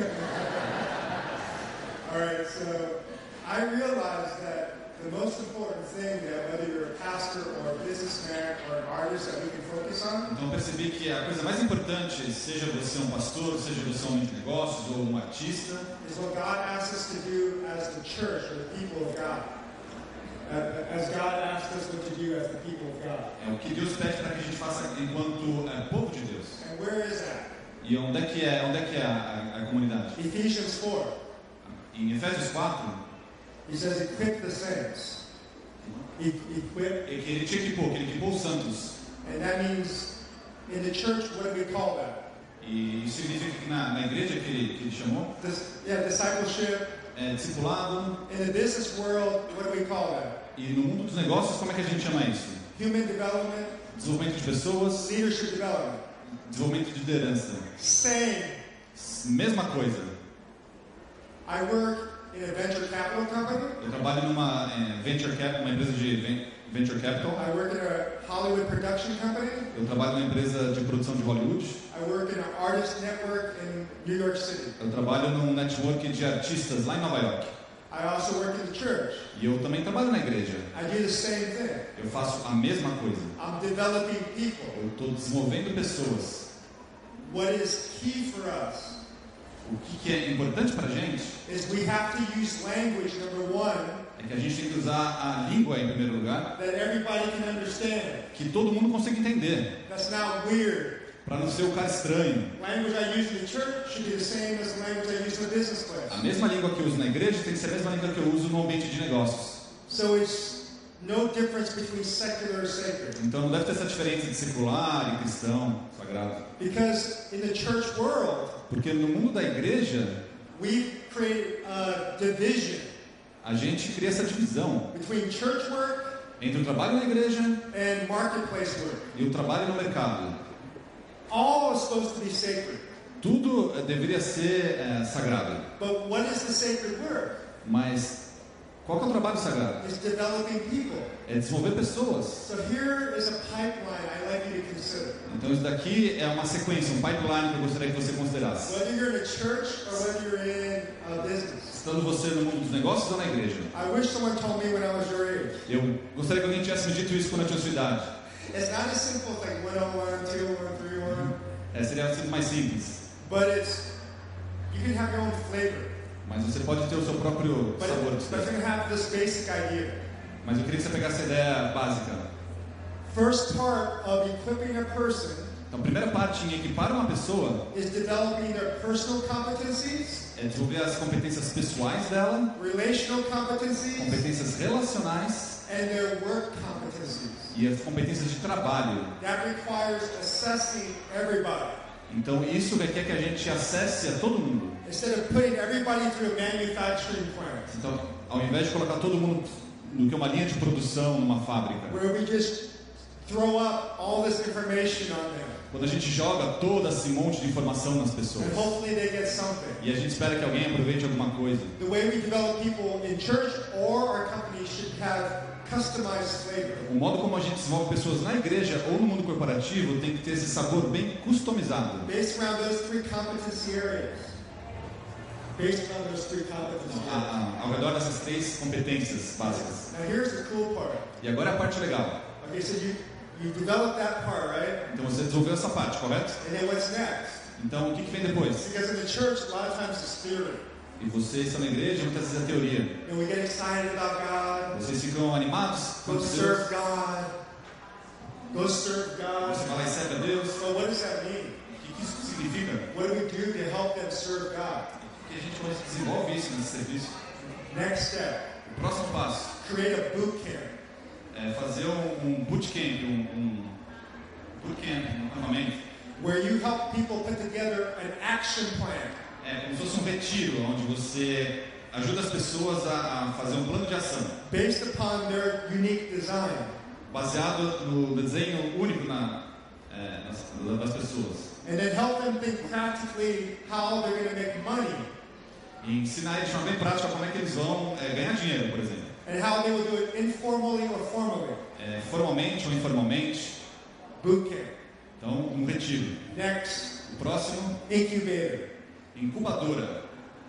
Alright, so I realized that the most important thing, that whether you're a pastor or a businessman or an artist, that we can focus on. Então eu percebi que a coisa mais importante, seja você um pastor, seja você um homem de negócios ou um artista, is what God asks us to do as the church or the people of God. As God asked us what to do as the people of God. é o que Deus pede para que a gente faça enquanto povo de Deus. And where is that? E onde é que é a comunidade? Ephesians 4. Em Efésios 4, He says, equip the saints. Equip. que ele te equipou, que ele equipou os santos. And that means, in the church, what do we call that? E isso significa que na igreja que ele chamou, Discipleship. Discipulado. In the business world, what do we call that? E no mundo dos negócios, como é que a gente chama isso? Human development. Desenvolvimento de pessoas. Leadership development. Desenvolvimento de liderança. Same. Mesma coisa. I work in a venture capital company. Eu trabalho numa uma empresa de venture capital. I work in a Hollywood production company. Eu trabalho numa empresa de produção de Hollywood. I work in an artist network in New York City. Eu trabalho num network de artistas lá em Nova York. I also work in the church. E eu também trabalho na igreja. I do the same thing. Eu faço a mesma coisa. I'm developing people. Eu estou desenvolvendo pessoas. What is key for us? O que é importante para a gente is we have to use language, number one, é que a gente tem que usar a língua em primeiro lugar, that everybody can understand. que todo mundo consiga entender, That's not weird. para não ser o cara estranho. Language I use in the church should be the same as the language I use in the business class. A mesma língua que eu uso na igreja tem que ser a mesma língua que eu uso no ambiente de negócios. So it's no difference between secular and sacred. Então não deve ter essa diferença de secular e cristão, sagrado. Because in the church world, porque no mundo da igreja, we've created a division. A gente cria essa divisão between church work entre o trabalho na igreja and marketplace work. E o trabalho no mercado. All is supposed to be sacred. Tudo deveria ser sagrado. But what is the sacred work? Mas qual que é o trabalho sagrado? It's developing people. É desenvolver pessoas. So here is a pipeline I'd like you to consider. Então isso daqui é uma sequência, um pipeline que eu gostaria que você considerasse. Whether you're in a church or whether you're in a business. Estando você no mundo dos negócios ou na igreja. I wish someone told me when I was your age. Eu gostaria que alguém tivesse me dito isso quando eu tinha sua idade. It's not as simple as like 101, 201, 301. Seria sido mais simples. But it's, you can have your own flavor. Mas você pode ter o seu próprio sabor. But it's going to have this basic idea. Mas eu queria que você pegasse a ideia básica. First part of equipping a person Então, a primeira parte em equipar uma pessoa is developing their personal competencies, é desenvolver as competências pessoais dela, relational competencies, competências relacionais and their work competencies. e as competências de trabalho. That requires assessing everybody. Então, isso requer que a gente acesse a todo mundo. Instead of putting everybody through a manufacturing plant, Então, ao invés de colocar todo mundo no que é uma linha de produção numa fábrica, where we just throw up all this information on them, quando a gente joga todo esse monte de informação nas pessoas and hopefully they get something. e a gente espera que alguém aproveite alguma coisa. The way we develop people in church or our company should have customized flavor. O modo como a gente desenvolve pessoas na igreja ou no mundo corporativo tem que ter esse sabor bem customizado. Based around those three competency areas. Based around those three competency areas. Ao redor dessas três competências básicas. Now here's the cool part. E agora é a parte legal. Okay, so you developed that part, right? Então você desenvolveu essa parte, correto? And then what's next? Então o que vem depois? Because in the church, a lot of times it's theory. E vocês estão na igreja, muitas vezes é teoria. And we get excited about God. Vocês ficam animados com Go Deus. serve God. Go serve God. Você vai lá e serve a Deus. But what does that mean? O que isso significa? What do we do to help them serve God? Que a gente desenvolve isso nesse serviço. Next step. O próximo passo Create a boot camp. é fazer um bootcamp, um acampamento. Where you help people put together an action plan. É como se fosse um retiro, onde você ajuda as pessoas a fazer um plano de ação. Based upon their unique design. Baseado no desenho único das pessoas. And then help them think practically how they're going to make money. E ensinar eles de forma bem prática como é que eles vão ganhar dinheiro, por exemplo. And how they will do it informally or formally. Formalmente ou informalmente. Boot camp. Então, um retiro. Next. O próximo, Incubator. incubadora.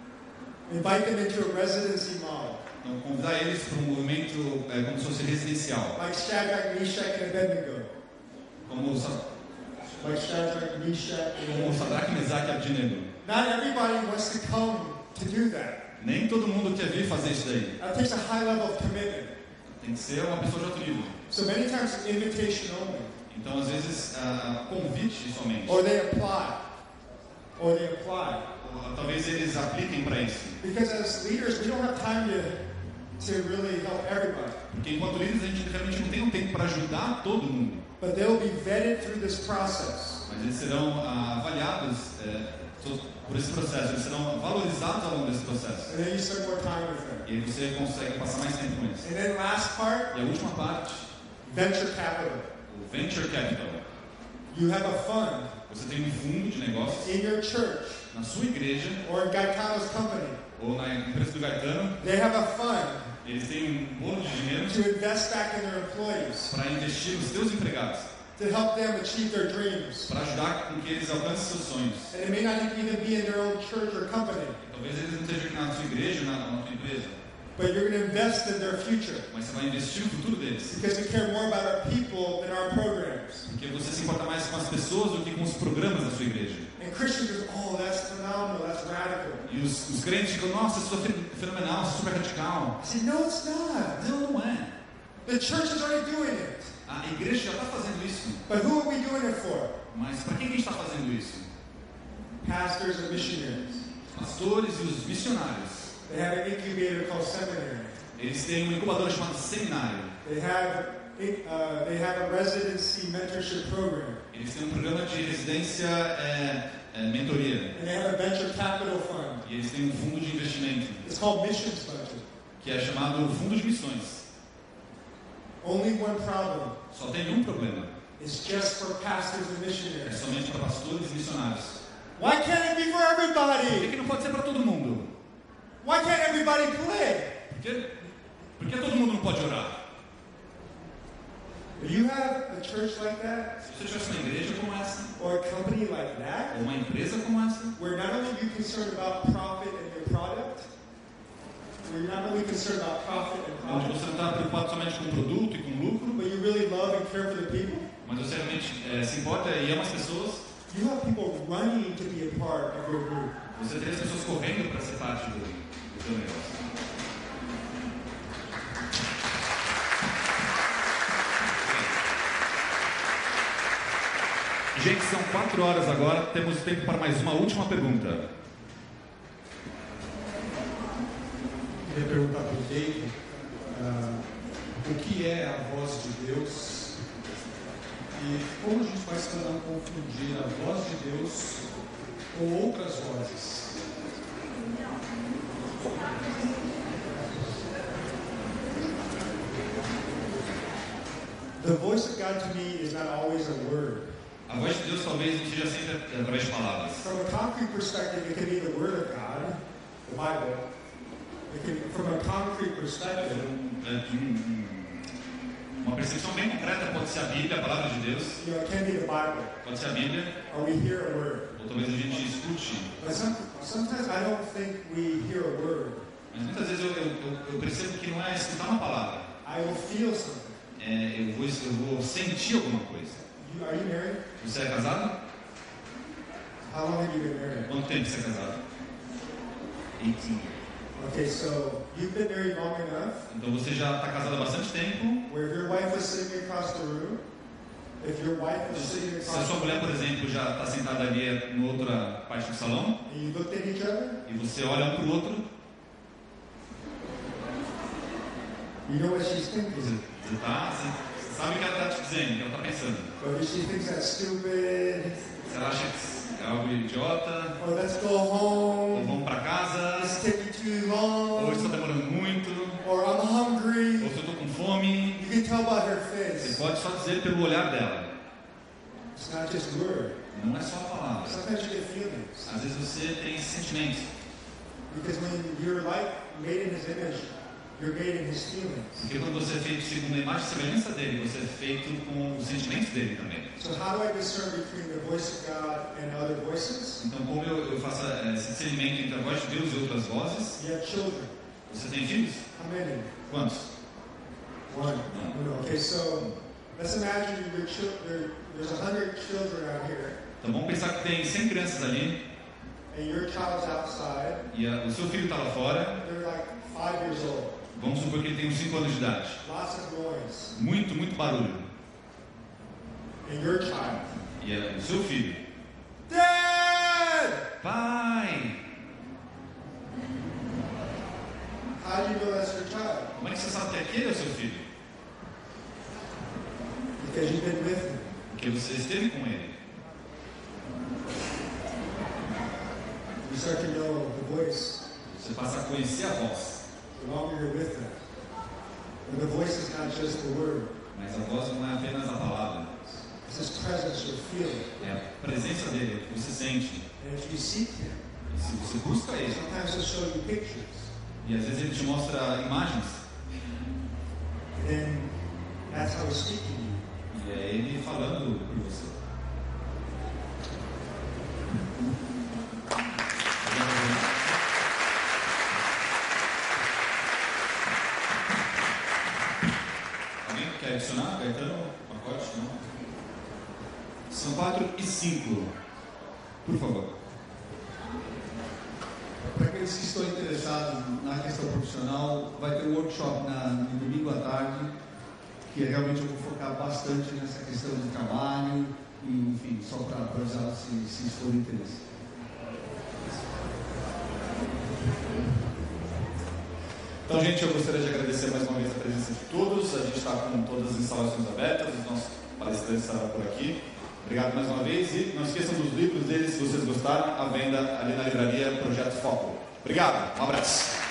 Invite them into a residency model. Então, convidar eles para um movimento como se fosse residencial. Like Shadrach, Meshach, and Abednego. Como Like Shadrach, Meshach, and Abednego. Sadraque, Mesaque e Abednego. Not everybody wants to come to do that. Nem todo mundo quer vir fazer isso daí. That takes a high level of commitment. Tem que ser uma pessoa de alto nível. So many times it's invitation only. Então, às vezes, convite somente. Or they apply. Or they apply. Ou, talvez eles apliquem para isso. Because as leaders, we don't have time to really help everybody. Porque enquanto líderes a gente realmente não tem um tempo para ajudar todo mundo. But they'll be vetted through this process. Mas eles serão avaliados por esse processo. Eles serão valorizados ao longo desse processo. And then you spend more time with them. E aí você consegue passar mais tempo com eles. And then last part, E a última parte, venture capital. o Venture Capital. You have a fund Você tem um fundo de negócios in your church na sua igreja or in Gaetano's company. ou na empresa do Gaetano. They have a fund Eles têm um bolo de dinheiro to invest back in their employees, para investir nos seus empregados, to help them achieve their dreams. para ajudar com que eles alcancem seus sonhos. And it may not even be in their own church or company, Talvez eles não estejam aqui na sua igreja ou na sua empresa, but you're going to invest in their future mas você vai investir no futuro deles. because we care more about our people than our programs. Porque você se importa mais com as pessoas do que com os programas da sua igreja. And Christians go, oh, that's phenomenal, that's radical. E os crentes ficam, nossa, isso é fenomenal, isso é super radical. I said, no, it's not. Não, não é. The church is already doing it. A igreja já está fazendo isso. But who are we doing it for? Mas para quem que a gente está fazendo isso? Pastors and missionaries. Pastores e os missionários. They have an incubator called seminary. Eles têm uma incubadora chamada seminário. They have a residency mentorship program. Eles têm um programa de residência mentoria. And they have a venture capital fund. E eles têm um fundo de investimento, It's called missions budget. que é chamado Fundo de Missões. Only one problem. Só tem um problema. It's just for pastors and É missionaries. somente para pastores e missionários. Why can't it be for Por everybody? que não pode ser para todo mundo? Why can't everybody play? Por que todo mundo não pode orar? If you have a church like that, Se você tivesse uma igreja como essa, or a company like that, ou uma empresa como essa, where not only are you concerned about profit and your product, where you're not only concerned about profit and onde profit, você não está preocupado somente com o produto e com o lucro, but you really love and care for the people, mas você realmente se importa e ama as pessoas, you have people running to be a part of your group. você teria as pessoas correndo para ser parte do seu negócio. Gente, são 4 horas agora, temos tempo para mais uma última pergunta. Queria perguntar para o David o que é a voz de Deus e como a gente faz para não confundir a voz de Deus com outras vozes. The voice of God to me is not always a word. A voz de Deus talvez não seja sempre através de palavras. From a concrete perspective, it can be the Word of God, the Bible. It can, from a concrete perspective, Uma percepção bem concreta pode ser a Bíblia, a palavra de Deus, you know, it can be the Bible, pode ser a Bíblia, or we hear a word. ou talvez a gente escute. But sometimes I don't think we hear a word. Mas muitas vezes eu percebo que não é escutar uma palavra. I will feel something. Eu vou sentir alguma coisa. Are you married? Você é casado? How long have you been married? Quanto tempo você é casado? 18. Okay, so you've been married long enough Então você já está casado há bastante tempo. where if your wife was sitting across the room, if your wife was sitting Se a across sua the mulher, por room, exemplo, já está sentada ali em outra parte do salão, and you looked at each other, e você olha um para o outro, you know what she's thinking. você sabe o que ela está te dizendo, o que ela está pensando. But if she thinks that's stupid, Se ela acha que é algo idiota, or let's go ou home, vamos para casa, it's taking too ou long, está demorando muito, or I'm ou hungry, se eu estou com fome, you can tell by her você face. pode só dizer pelo olhar dela. It's not just word. Não é só a palavra. Sometimes you get feelings. Às vezes você tem sentimentos. Because when you're like made in his image, you're made in his feelings. Porque quando você é feito segundo a imagem e semelhança dele, você é feito com os sentimentos dele também. So how do I discern between the voice of God and other voices? Então, como eu faço esse discernimento entre a voz de Deus e outras vozes? You have children. Você tem filhos? How many? Quantos? One. No. Okay, so let's imagine there's 100 children out here, Então, vamos pensar que tem 100 crianças ali and your child's outside. e o seu filho está lá fora. They're like 5 years old. Vamos supor que ele tem uns 5 anos de idade. Lots of noise. Muito, muito barulho. And your child. E o seu filho. Dad! Pai! How do you know that's your child? Como é que você sabe que aquele é o seu filho? Because you've been with him. Porque você esteve com ele. You start to know the voice Você passa a conhecer a voz. the longer you're with them. And the voice is not just the word. Mas a voz não é apenas a palavra. It's his presence you're feeling. É a presença dele, é o que você sente. And if you seek him, E se você busca ele, sometimes he'll show you pictures. e às vezes ele te mostra imagens, And then that's how he's speaking to you. e é ele falando por você. Alguém quer adicionar? Caetano? Pacote? Não? São 4:05. Por favor. Para aqueles que estão interessados na questão profissional, vai ter um workshop no domingo à tarde, que realmente eu vou focar bastante nessa questão de trabalho, e, enfim, só para avisar se for de interesse. Então, gente, eu gostaria de agradecer mais uma vez a presença de todos. A gente está com todas as instalações abertas, os nossos palestrantes estarão por aqui. Obrigado mais uma vez e não esqueçam dos livros deles, se vocês gostaram, à venda ali na livraria Projeto Foco. Obrigado, um abraço.